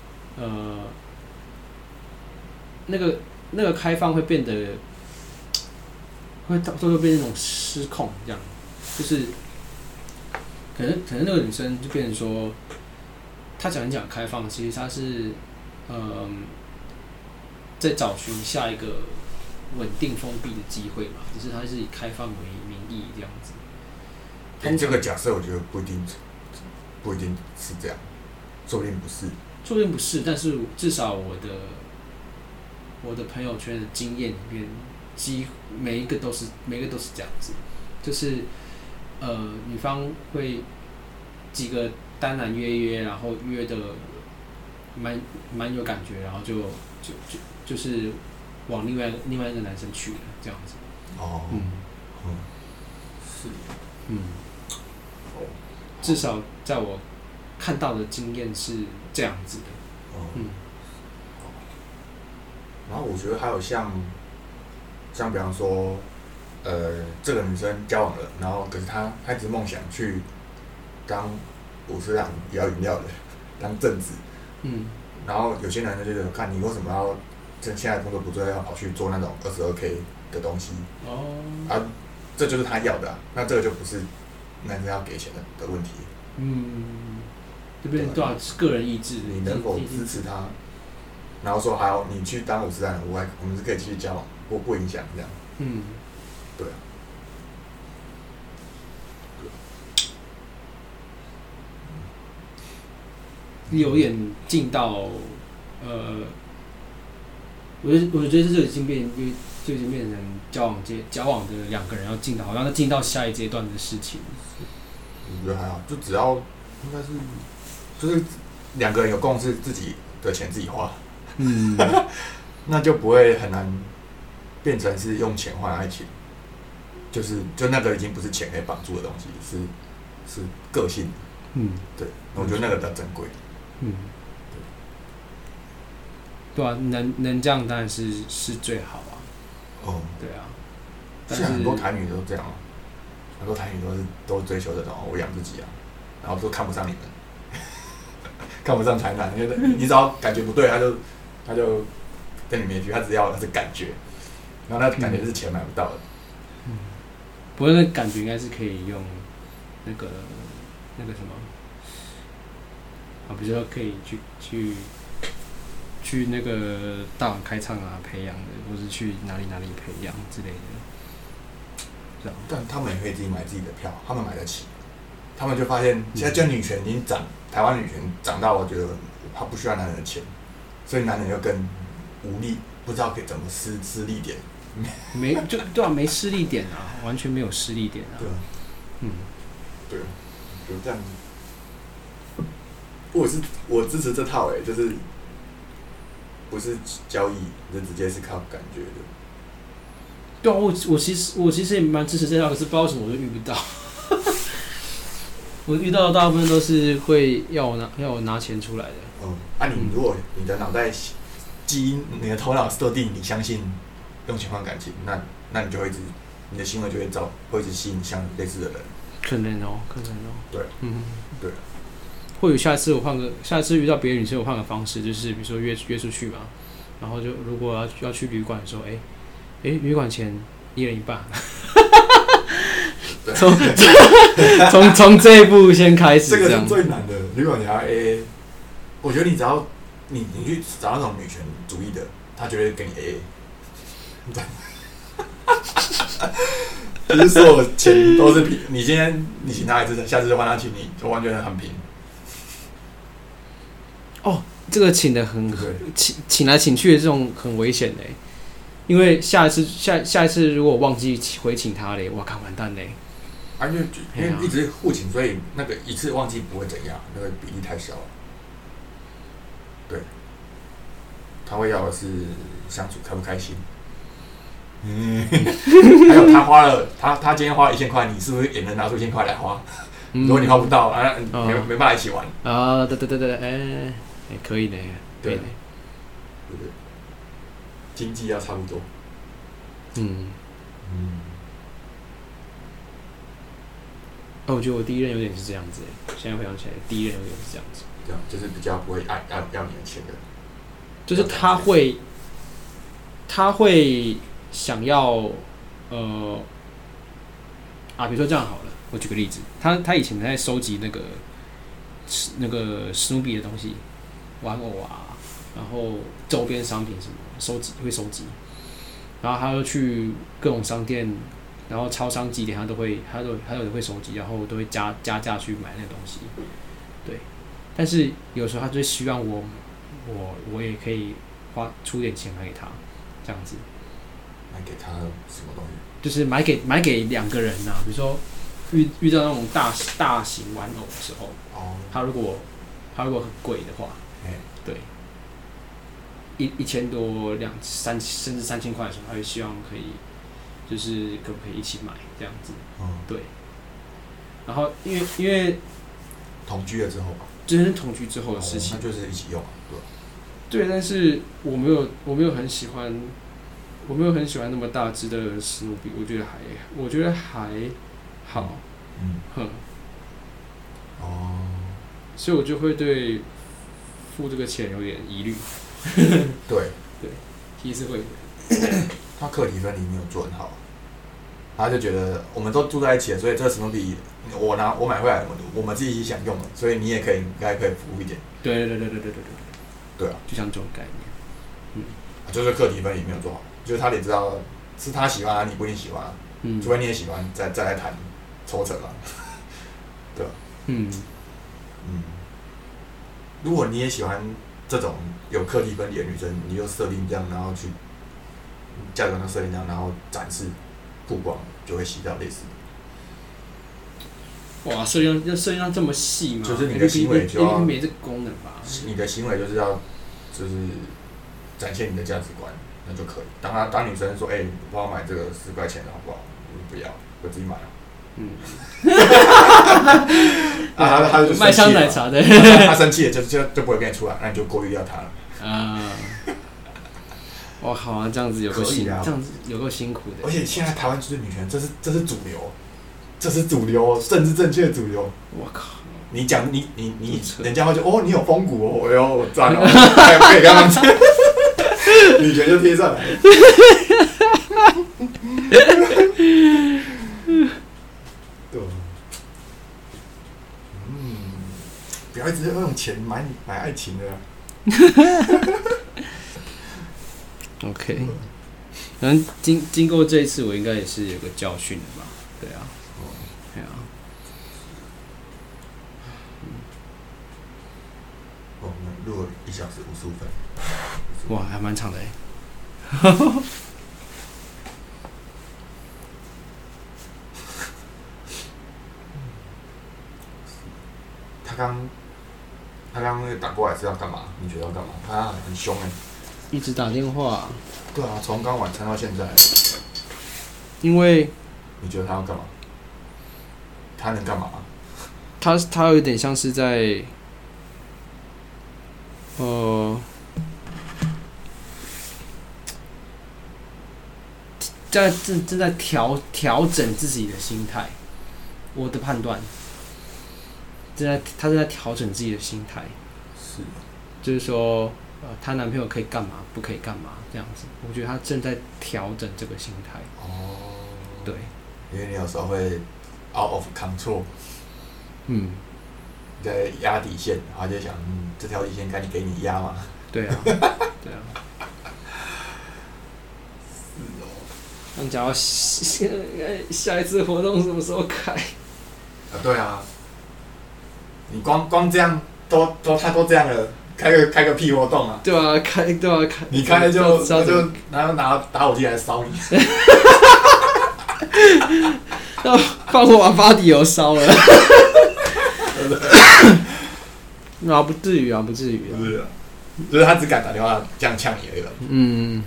那个开放会变得会变成那种失控这样，就是可能那个女生就变成说，她讲开放，其实她是再找寻下一个稳定封闭的机会嘛，只是它是以开放为名义这样子。 这个假设我觉得不一定是这样，说不定不是， 说不定不是，但是至少我的朋友圈的经验里面，每一个都是这样子，就是女方会几个单男约，然后约的蛮有感觉，然后就是往另外一个男生去了这样子。 哦，是， 至少在我看到的经验是这样子的。 然后我觉得还有像比方说，这个女生交往了，然后可是她一直梦想去当50郎摇饮料的，当正职。然后有些男生就觉得，看你为什么要趁现在工作不做，要跑去做那种22K 的东西？这就是他要的啊，那这个就不是男生要给钱的问题。 这边多少是个人意志， 你能否支持他？然后说好，你去当50郎，我们是可以继续交往，不影响这样。对啊。 有点进到我觉得这已经变成交往的两个人要进到，好像进到下一阶段的事情。 我觉得还好，就只要应该是就是两个人有共识，自己的钱自己花，那就不会很难变成是用钱换爱情，就那个已经不是钱可以绑住的东西，是个性。对，我觉得那个比较珍贵。 对啊，能这样当然是最好啊。对啊。 现在很多台女都这样啊，很多台女都追求这种我养自己啊，然后都看不上你们，看不上台男，因为你只要感觉不对，他就跟你没局，他只要的是感觉，然后那感觉是钱买不到的。 不过那感觉应该是可以用那个什么比如说可以去那个大碗开唱啊培养的，或是去哪里培养之类的。 但他们也可以自己买自己的票，他们买得起。他们就发现现在就女权已经台湾女权长到我觉得他不需要男人的钱，所以男人又更无力，不知道可以怎么施力点。 对啊，没施力点啊，完全没有施力点啊。 对，就这样。我支持这套就是不是交易，就直接是靠感觉的。 对啊，我其实也蛮支持这套，可是不知道为什么我就遇不到。我遇到的大部分都是会要我拿钱出来的。 如果你的脑袋基因，你的头脑设定，你相信用钱换感情，那你就会你的行为就会一直吸引像类似的人。 可能哦。 对，对。 或许下一次遇到别的女生，我换个方式，就是比如说约出去嘛，然后就如果要去旅馆的时候，旅馆钱一人一半。从这一步先开始， 这个是最难的。旅馆你要 AA， 我觉得你只要你去找那种女权主义的，他绝对给你 AA。就是所有钱都是平，你今天你请他一次，下次就换他请你，就完全很平。 这个请的请来请去的这种很危险嘞，因为下一次如果忘记回请他嘞，哇靠，完蛋嘞！ 因为一直互请，所以那个一次忘记不会怎样，那个比例太小了。对，他会要的是相处开不开心。还有他今天花1000块，你是不是也能拿出1000块来花？如果你花不到没办法一起玩。 对，可以的，对的。 对，经济要差不多。 我觉得我第一任有点是这样子，现在回想起来，第一任有点是这样子。 这样就是比较不会要你的钱的。 就是他会想要比如说这样好了，我举个例子，他以前在收集那个史努比的东西，玩偶啊， 然后周边商品什么会收集，然后他又去各种商店，然后超商几点他都有会收集，然后都会加价去买那个东西，对。但是有时候他就希望我也可以出点钱买给他，这样子。 买给他什么东西？ 就是买给两个人呐、比如说遇到那种大型玩偶的时候，他如果很贵的话，对，1000多甚至3000块的时候，他会希望可以，就是可不可以一起买这样子，对。然后因为同居了之后吧， 就是同居之后的事情， 那就是一起用， 对。对，但是我没有很喜欢。我没有很喜欢那么大只的史努比，我觉得还好，所以我就会对付这个钱有点疑虑。 对， 其实会。 他课题分离没有做很好，他就觉得我们都住在一起了，所以这个史努比我买回来，我们自己想用的，所以你也应该可以服务一点。 对。 对啊， 就像这种概念， 就是课题分离没有做好。就是他得知道是他喜欢，你不一定喜欢，除非你也喜欢，再来谈抽成嘛，对吧？如果你也喜欢这种有课题分离的女生，你就设定这样，然后去价格上设定这样，然后展示曝光，就会吸到类似的。哇，设定到这么细吗？ 就是你的行为就要没这个功能吧？ 你的行为就是要展现你的价值观。那就可以。当女生说：“你帮我买这个10块钱的好不好？”我不要，我自己买他就卖香奶茶的， 他生气了就不会跟你出来，那你就过滤掉他了。 哇，好啊，这样子有够辛苦的。 而且现在台湾就是女权，这是主流，这是主流，政治正确的主流。 我靠！ 你讲你人家会就你有风骨哦，我赞哦，可以跟他们讲。女权就贴上来。对，不要一直用钱买爱情的。 OK， 可能经过这一次，我应该也是有个教训的吧？对啊，对啊。 我们录了1小时55分。 哇，还蛮长的哎。 他刚打过来是要干嘛？你觉得要干嘛？他很凶哎。 一直打电话。 对啊，从刚晚餐到现在。 因为。 你觉得他要干嘛？他能干嘛？ 他有点像是在。正在调整自己的心态，我的判断，他正在调整自己的心态， 是， 就是说，她男朋友可以干嘛，不可以干嘛这样子，我觉得他正在调整这个心态。对， 因为你有时候会 out of control， 你在压底线，然后就想，这条底线该给你压嘛。 对啊，对啊。那你讲到下一次活动什么时候开？ 对啊，你光这样他都这样了，开个屁活动啊！ 对啊， 你开就拿打火机来烧你。 要放火把巴迪油烧了。不至于啊，不至于。 不是，就是他只敢打电话这样呛你而已。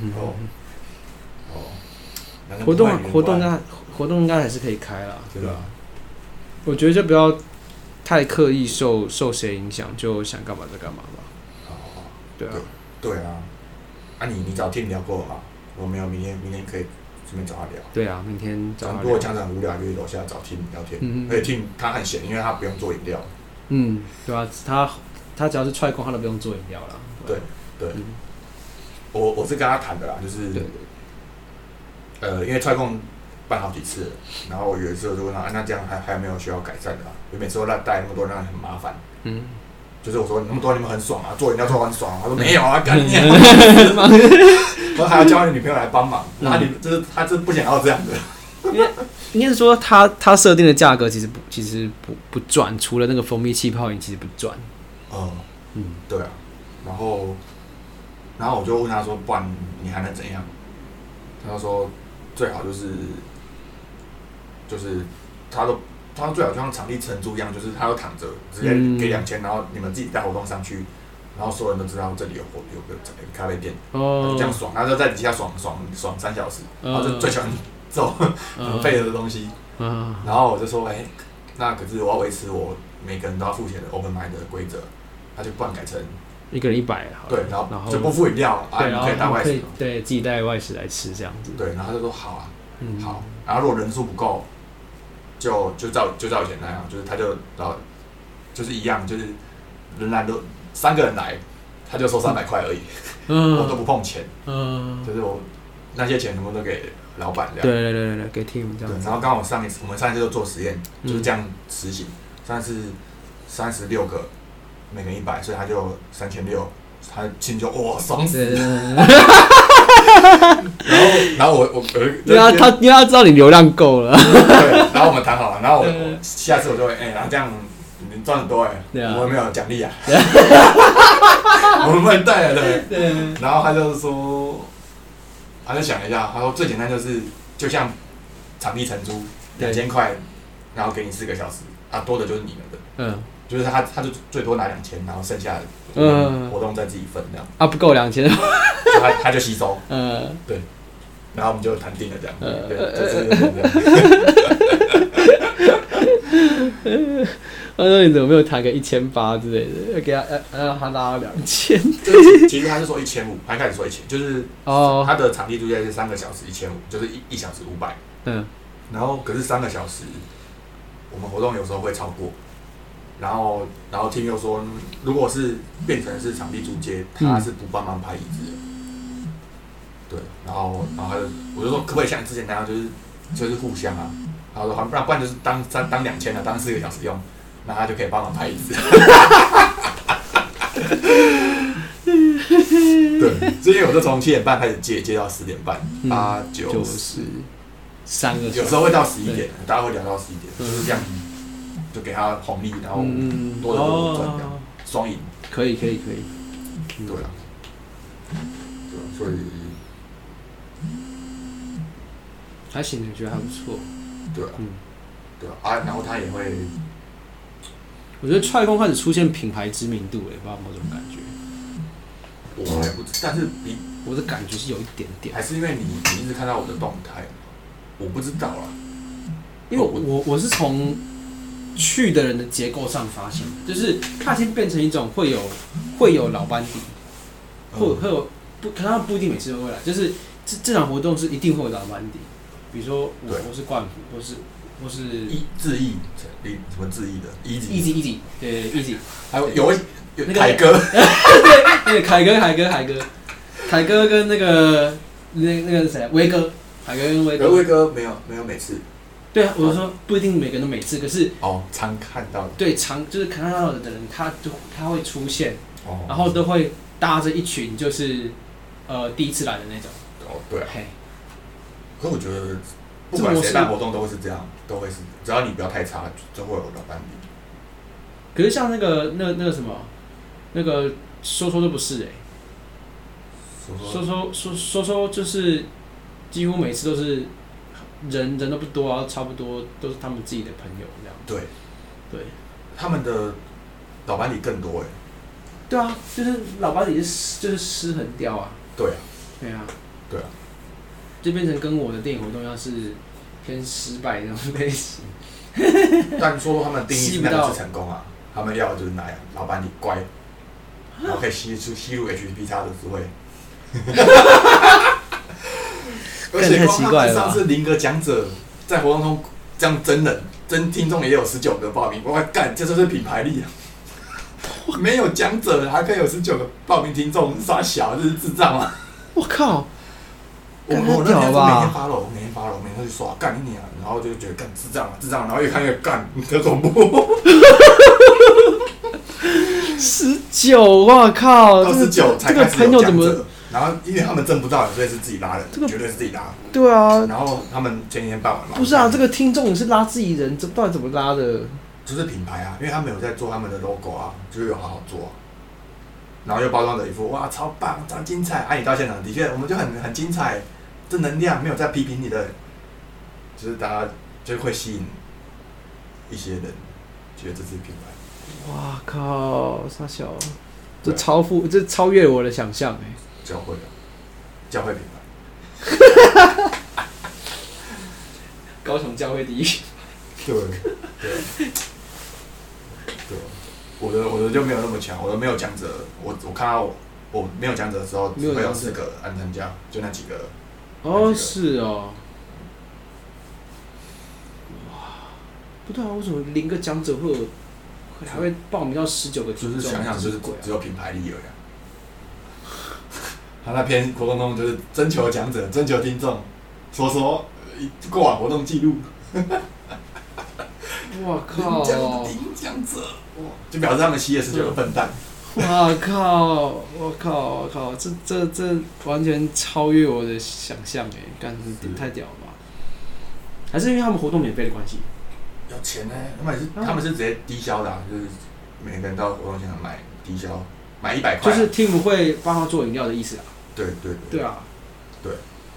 活动应该还是可以开啦，对吧？我觉得就不要太刻意受谁影响，就想干嘛就干嘛吧。对啊。 对啊。你找 Tim 聊过了吗？我没有，明天可以顺便找他聊。 对啊，明天找他聊。 如果讲很无聊，就去楼下找 Tim 聊天。而且 Tim 他很闲，因为他不用做饮料。 对啊，他只要是踹空，他都不用做饮料啦。 对。我是跟他谈的啦，就是。因为踹控办好几次了，然后我有一次我就问他，那这样还有没有需要改善的？因为每次都带那么多人，很麻烦。 就是我说那么多你们很爽啊，做饮料做很爽啊。他说没有啊，干你啊！然后还要叫你女朋友来帮忙，然后他这不想要这样的。 应该是说他设定的价格其实不赚，除了那个蜂蜜气泡饮其实不赚。 对啊。然后我就问他说，不然你还能怎样？他就说最好就是他最好就像场地承租一样，就是他都躺着，直接给2000，然后你们自己带活动上去，然后所有人都知道这里有个咖啡店，就这样爽，他就在底下爽3小时，然后就最喜欢这种很废的东西。然后我就说，那可是我要维持我每个人都要付钱的 open mic 的规则，他就不然改成一个人100， 对，然后就不付饮料， 对， 你可以带外食， 对自己带外食来吃这样子。 对，然后他就说好啊，好，然后如果人数不够，就照以前那样，就是他就是一样，就是仍然都3个人来，他就收300块而已，我都不碰钱，就是我那些钱全部都给老板这样， 对，给 team 这样。 对，然后刚好我们上一次就做实验，就是这样实行，上次36个，每个人100，所以他就3600，他心就哇爽死了。然后我因为他知道你流量够了， 对，然后我们谈好了，然后我下次我就会然后这样你赚很多我们没有奖励啊，我们不能带了对。然后他就说，他就想了一下，他说最简单就像场地承租2000块，然后给你4个小时，多的就是你们的，就是他就最多拿2000，然后剩下的活动再自己分这样。 不够2000， 他就吸收。对。然后我们就谈定了这样。 他说你怎么没有谈个1800之类的？要给他让他拉到 2000。其实他是说1500，他一开始说1000，就是他的场地租金是3个小时1500，就是1小时500。然后可是3个小时，我们活动有时候会超过。然后听又说，如果是变成是场地租借，他是不帮忙排椅子的。对，然后我就说，可不可以像之前那样，就是互相啊？然后说不然就是当2000了，当4个小时用，那他就可以帮忙排椅子。对，所以我就从7点半开始接到10点半，8、9、10， 3个小时， 有时候会到11点，大家会聊到11点，就是这样。就给他红利，然后多的多赚这样，双赢。 可以。对啊，所以还行，我觉得还不错。 对啊，然后他也会， 我觉得踹空开始出现品牌知名度，不知道有没有这种感觉。 我还不知，但是我的感觉是有一点点， 还是因为你一直看到我的动态，我不知道啦， 因为我是从去的人的结构上发现，就是它已经变成一种会有老班底，会有可能他不一定每次都会来，就是这场活动是一定会有老班底，比如说我是冠甫，或是志毅，什么志毅的 easy， 对 easy， 还有凯哥， 对凯哥跟那个是谁？威哥，凯哥跟威哥没有每次。 对啊，我就说不一定每个人都每次，可是常看到的。对， 就是看到的人，他会出现，然后都会搭着一群，就是第一次来的那种。 对啊。可我觉得，不管谁办活动都会是这样，都会是，只要你不要太差，就会有老班底。 可是像那个什么，那个说就不是说就是几乎每次都是。人都不多啊，差不多都是他们自己的朋友这样。对， 他们的老班底更多对啊，就是老班底就是失衡掉啊。 对啊， 就变成跟我的电影活动一样是偏失败的那种类型。 但说他们定义是那个是成功啊，他们要的就是那样，老班底乖，然后可以吸入 HPX 的滋味。而且光他们上次0个讲者在活动中这样真听众也有19个报名，我干，这就是品牌力啊！没有讲者还可以有19个报名听众，傻小，这是智障啊！ 我靠！ 我那天每天发了，每天去刷干你啊，然后就觉得干智障，然后越看越干，很恐怖。 19，我靠， 到19才这个开始有朋友怎么？ 讲者，然后因为他们挣不到人，所以是自己拉人， 这个绝对是自己拉。 对啊， 然后他们前几天办完嘛， 不是啊，这个听众也是拉自己人，这到底怎么拉的？ 就是品牌啊，因为他们有在做他们的 logo 啊，就是有好好做、啊，然后又包装的一副哇超棒、超精彩。啊，你到现场的确我们就很精彩，正能量，没有在批评你的，就是大家就会吸引一些人觉得这是品牌。 哇靠，傻小，这超越我的想象哎、 教会品牌， 高雄教会第一。 对，我的就没有那么强，我的没有讲者，我看到我没有讲者的时候，只会有4个安参加，就那几个。 哦，是哦。哇，不对啊，为什么0个讲者会有，还会报名到19个听众？ 就是想想，就是只有品牌力而已、啊。他那篇活动中就是征求讲者、征求听众，说过往活动记录。 哇靠！ 领奖者，就表示他们吸的是19个笨蛋。 哇靠！我靠！这完全超越我的想象哎，干太屌了吧？还是因为他们活动免费的关系？ 有钱呢、他们是直接低消的、啊，就是每个人到活动现场买低消，买100块、啊。 就是 Team 会帮他做饮料的意思啊。 对。 对啊。 对。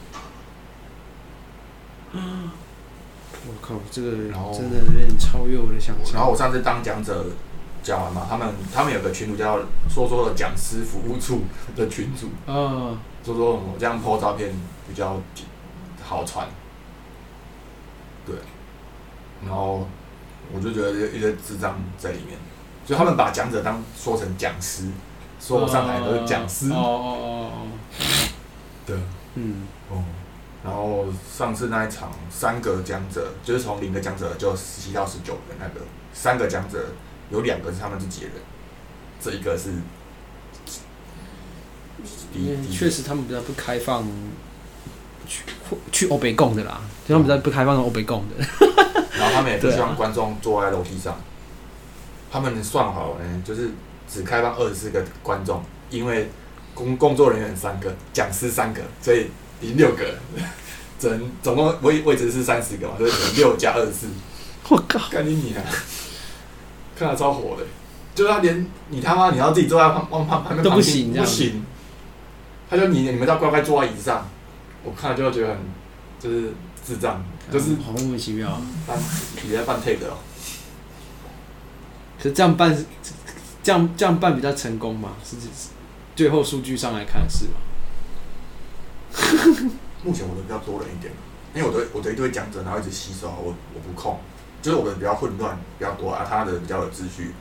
我靠，这个真的有点超越我的想象。 然后我上次当讲者讲完嘛，他们有个群组叫说的讲师服务处的群组，说我这样 po 照片比较好传，对，然后我就觉得一些智障在里面，所以他们把讲者说成讲师，说我上台都是讲师，对，然后上次那一场3个讲者，就是从0个讲者就17到19个那个3个讲者，有2个是他们自己的人，这一个是确实他们比较不开放去欧北贡的啦，他们比较不开放的欧北贡的。 然后他们也不希望观众坐在楼梯上，他们算好呢，就是只开放24个观众，因为工作人员3个，讲师3个，所以已经6个了，总共位置是30个嘛，所以6加24。 我靠！ 干你啊！看他超火的，就是他连你他妈你要自己坐在旁边都不行， 不行。他就你们要乖乖坐在椅子上，我看了就觉得很就是智障，就是好莫名其妙。 你在办 take 哦。 可是这样办比较成功嘛？是最后数据上来看是吗？ 目前我的比较多人一点，因为我的一堆讲者，然后一直吸收，我不控，就是我的比较混乱，比较多啊，他的比较有秩序，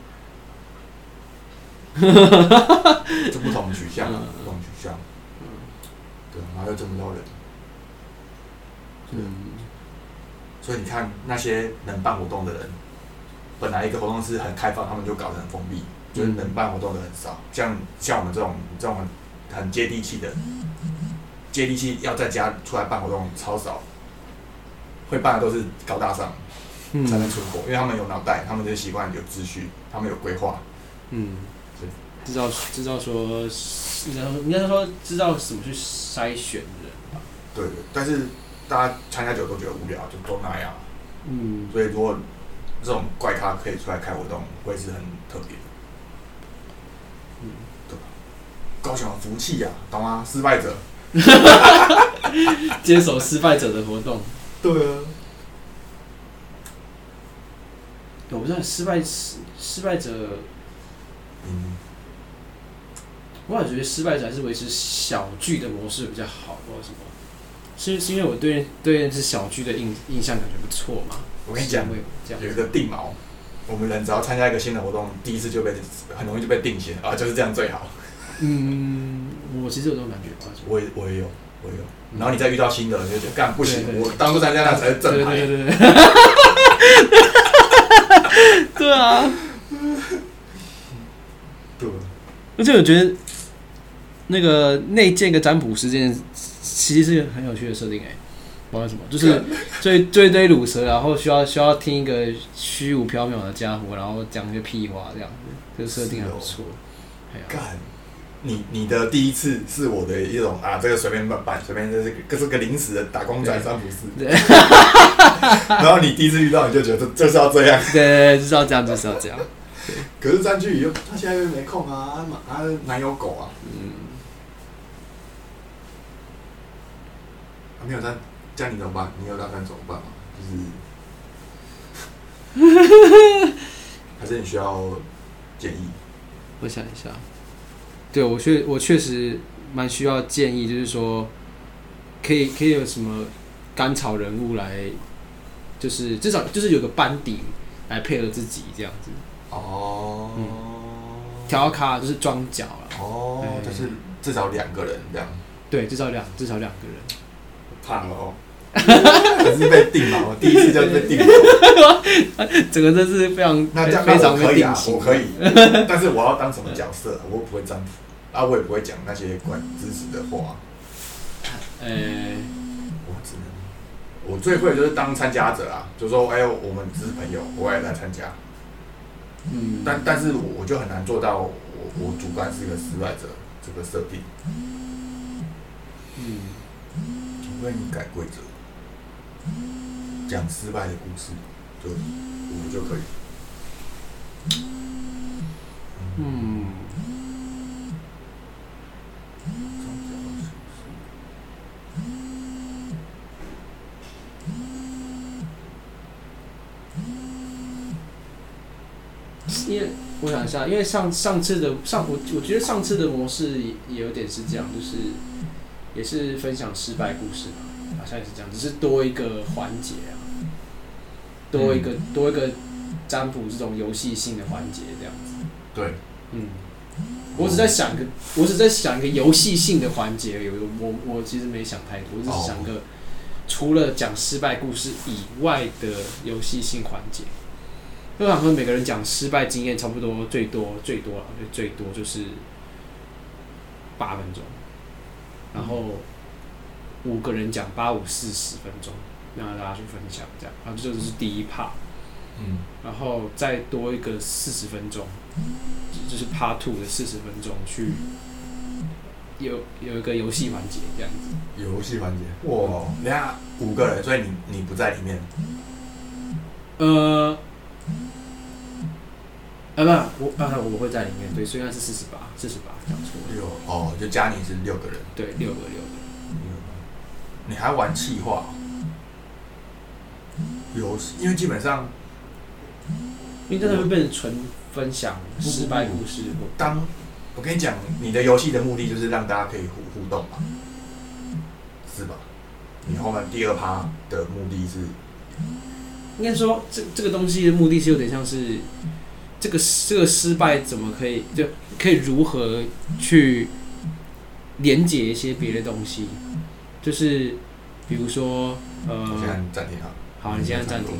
就不同取向，对，然后又挣不到人，所以你看那些能办活动的人，本来一个活动是很开放，他们就搞得很封闭，就是能办活动的很少，像我们这种很接地气的。接地气要在家出来办活动超少，会办的都是高大上，才能存活，因为他们有脑袋，他们就习惯有秩序，他们有规划， 知道说，应该说知道怎么去筛选人吧。 对，但是大家参加久都觉得无聊，就都那样，所以如果这种怪咖可以出来开活动，会是很特别的，对吧？高雄有福气呀，懂吗？失败者。 接手失败者的活动。 对啊。 我不知道失败者，我感觉失败者还是维持小剧的模式比较好，不知道什么。是因为我对这小剧的印象感觉不错嘛？ 我跟你讲，有一个定锚，我们人只要参加一个新的活动，第一次就很容易就被定型啊，就是这样最好。 我其实有这种感觉， 我也有。然后你再遇到新的，你就觉得干不行，我当初参加那才是正牌。 对。对啊。 对。 而且我觉得那个内建个占卜师这件，其实是很有趣的设定不知道什么，就是追堆乳蛇，然后需要听一个虚无缥缈的家伙，然后讲一些屁话这样子，这个设定还不错。 干，你的第一次是我的一种这个随便办，随便这是个临时的打工仔3不4。然后你第一次遇到，你就觉得就是要这样。 对，就是要这样，就是要这样。 可是占据又他现在又没空啊，男友狗啊。没有这样你怎么办？你有打算怎么办吗？就是还是你需要建议？ 我想一下，对我确实蛮需要建议，就是说可以有什么甘草人物来，就是至少就是有个班底来配合自己这样子。调卡就是装脚了。 就是至少2个人这样。对， 至少两个人。 胖了哦。可是被定了，我第一次就被定了。 整个真是非常非常被定型。我可以，但是我要当什么角色？我不会占卜我也不会讲那些关知识的话。我最会就是当参加者啊，就说我们只是朋友，我也来参加。但是我就很难做到我主观是一个失败者这个设定。除非你改规则，讲失败的故事，我就可以。 因为我想一下，因为上次的我觉得上次的模式也有点是这样，就是也是分享失败故事嘛，好像也是这样，只是多一个环节啊，多一个占卜这种游戏性的环节这样子。 对， 我只在想一个游戏性的环节，我其实没想太多，我只是想个除了讲失败故事以外的游戏性环节。我想说，每个人讲失败经验差不多最多就是8分钟，然后5个人讲8、5、40分钟，让大家去分享这样，然后这就是第一 part，然后再多一个40分钟，就是 part 2的40分钟去有一个游戏环节这样子。 游戏环节，哇，你看5个人，所以你不在里面。 我会在里面，对，所以应该是48讲错了。 就加你是6个人。 对，6个。 你还玩企划？因为基本上， 因为真的会变成纯分享失败故事。 我跟你讲，你的游戏的目的就是让大家可以互动嘛，是吧？你后面第2趴的目的是， 应该说这个东西的目的是有点像是。这个失败怎么可以如何去连结一些别的东西？就是比如说我现在暂停好。 好，你现在暂停。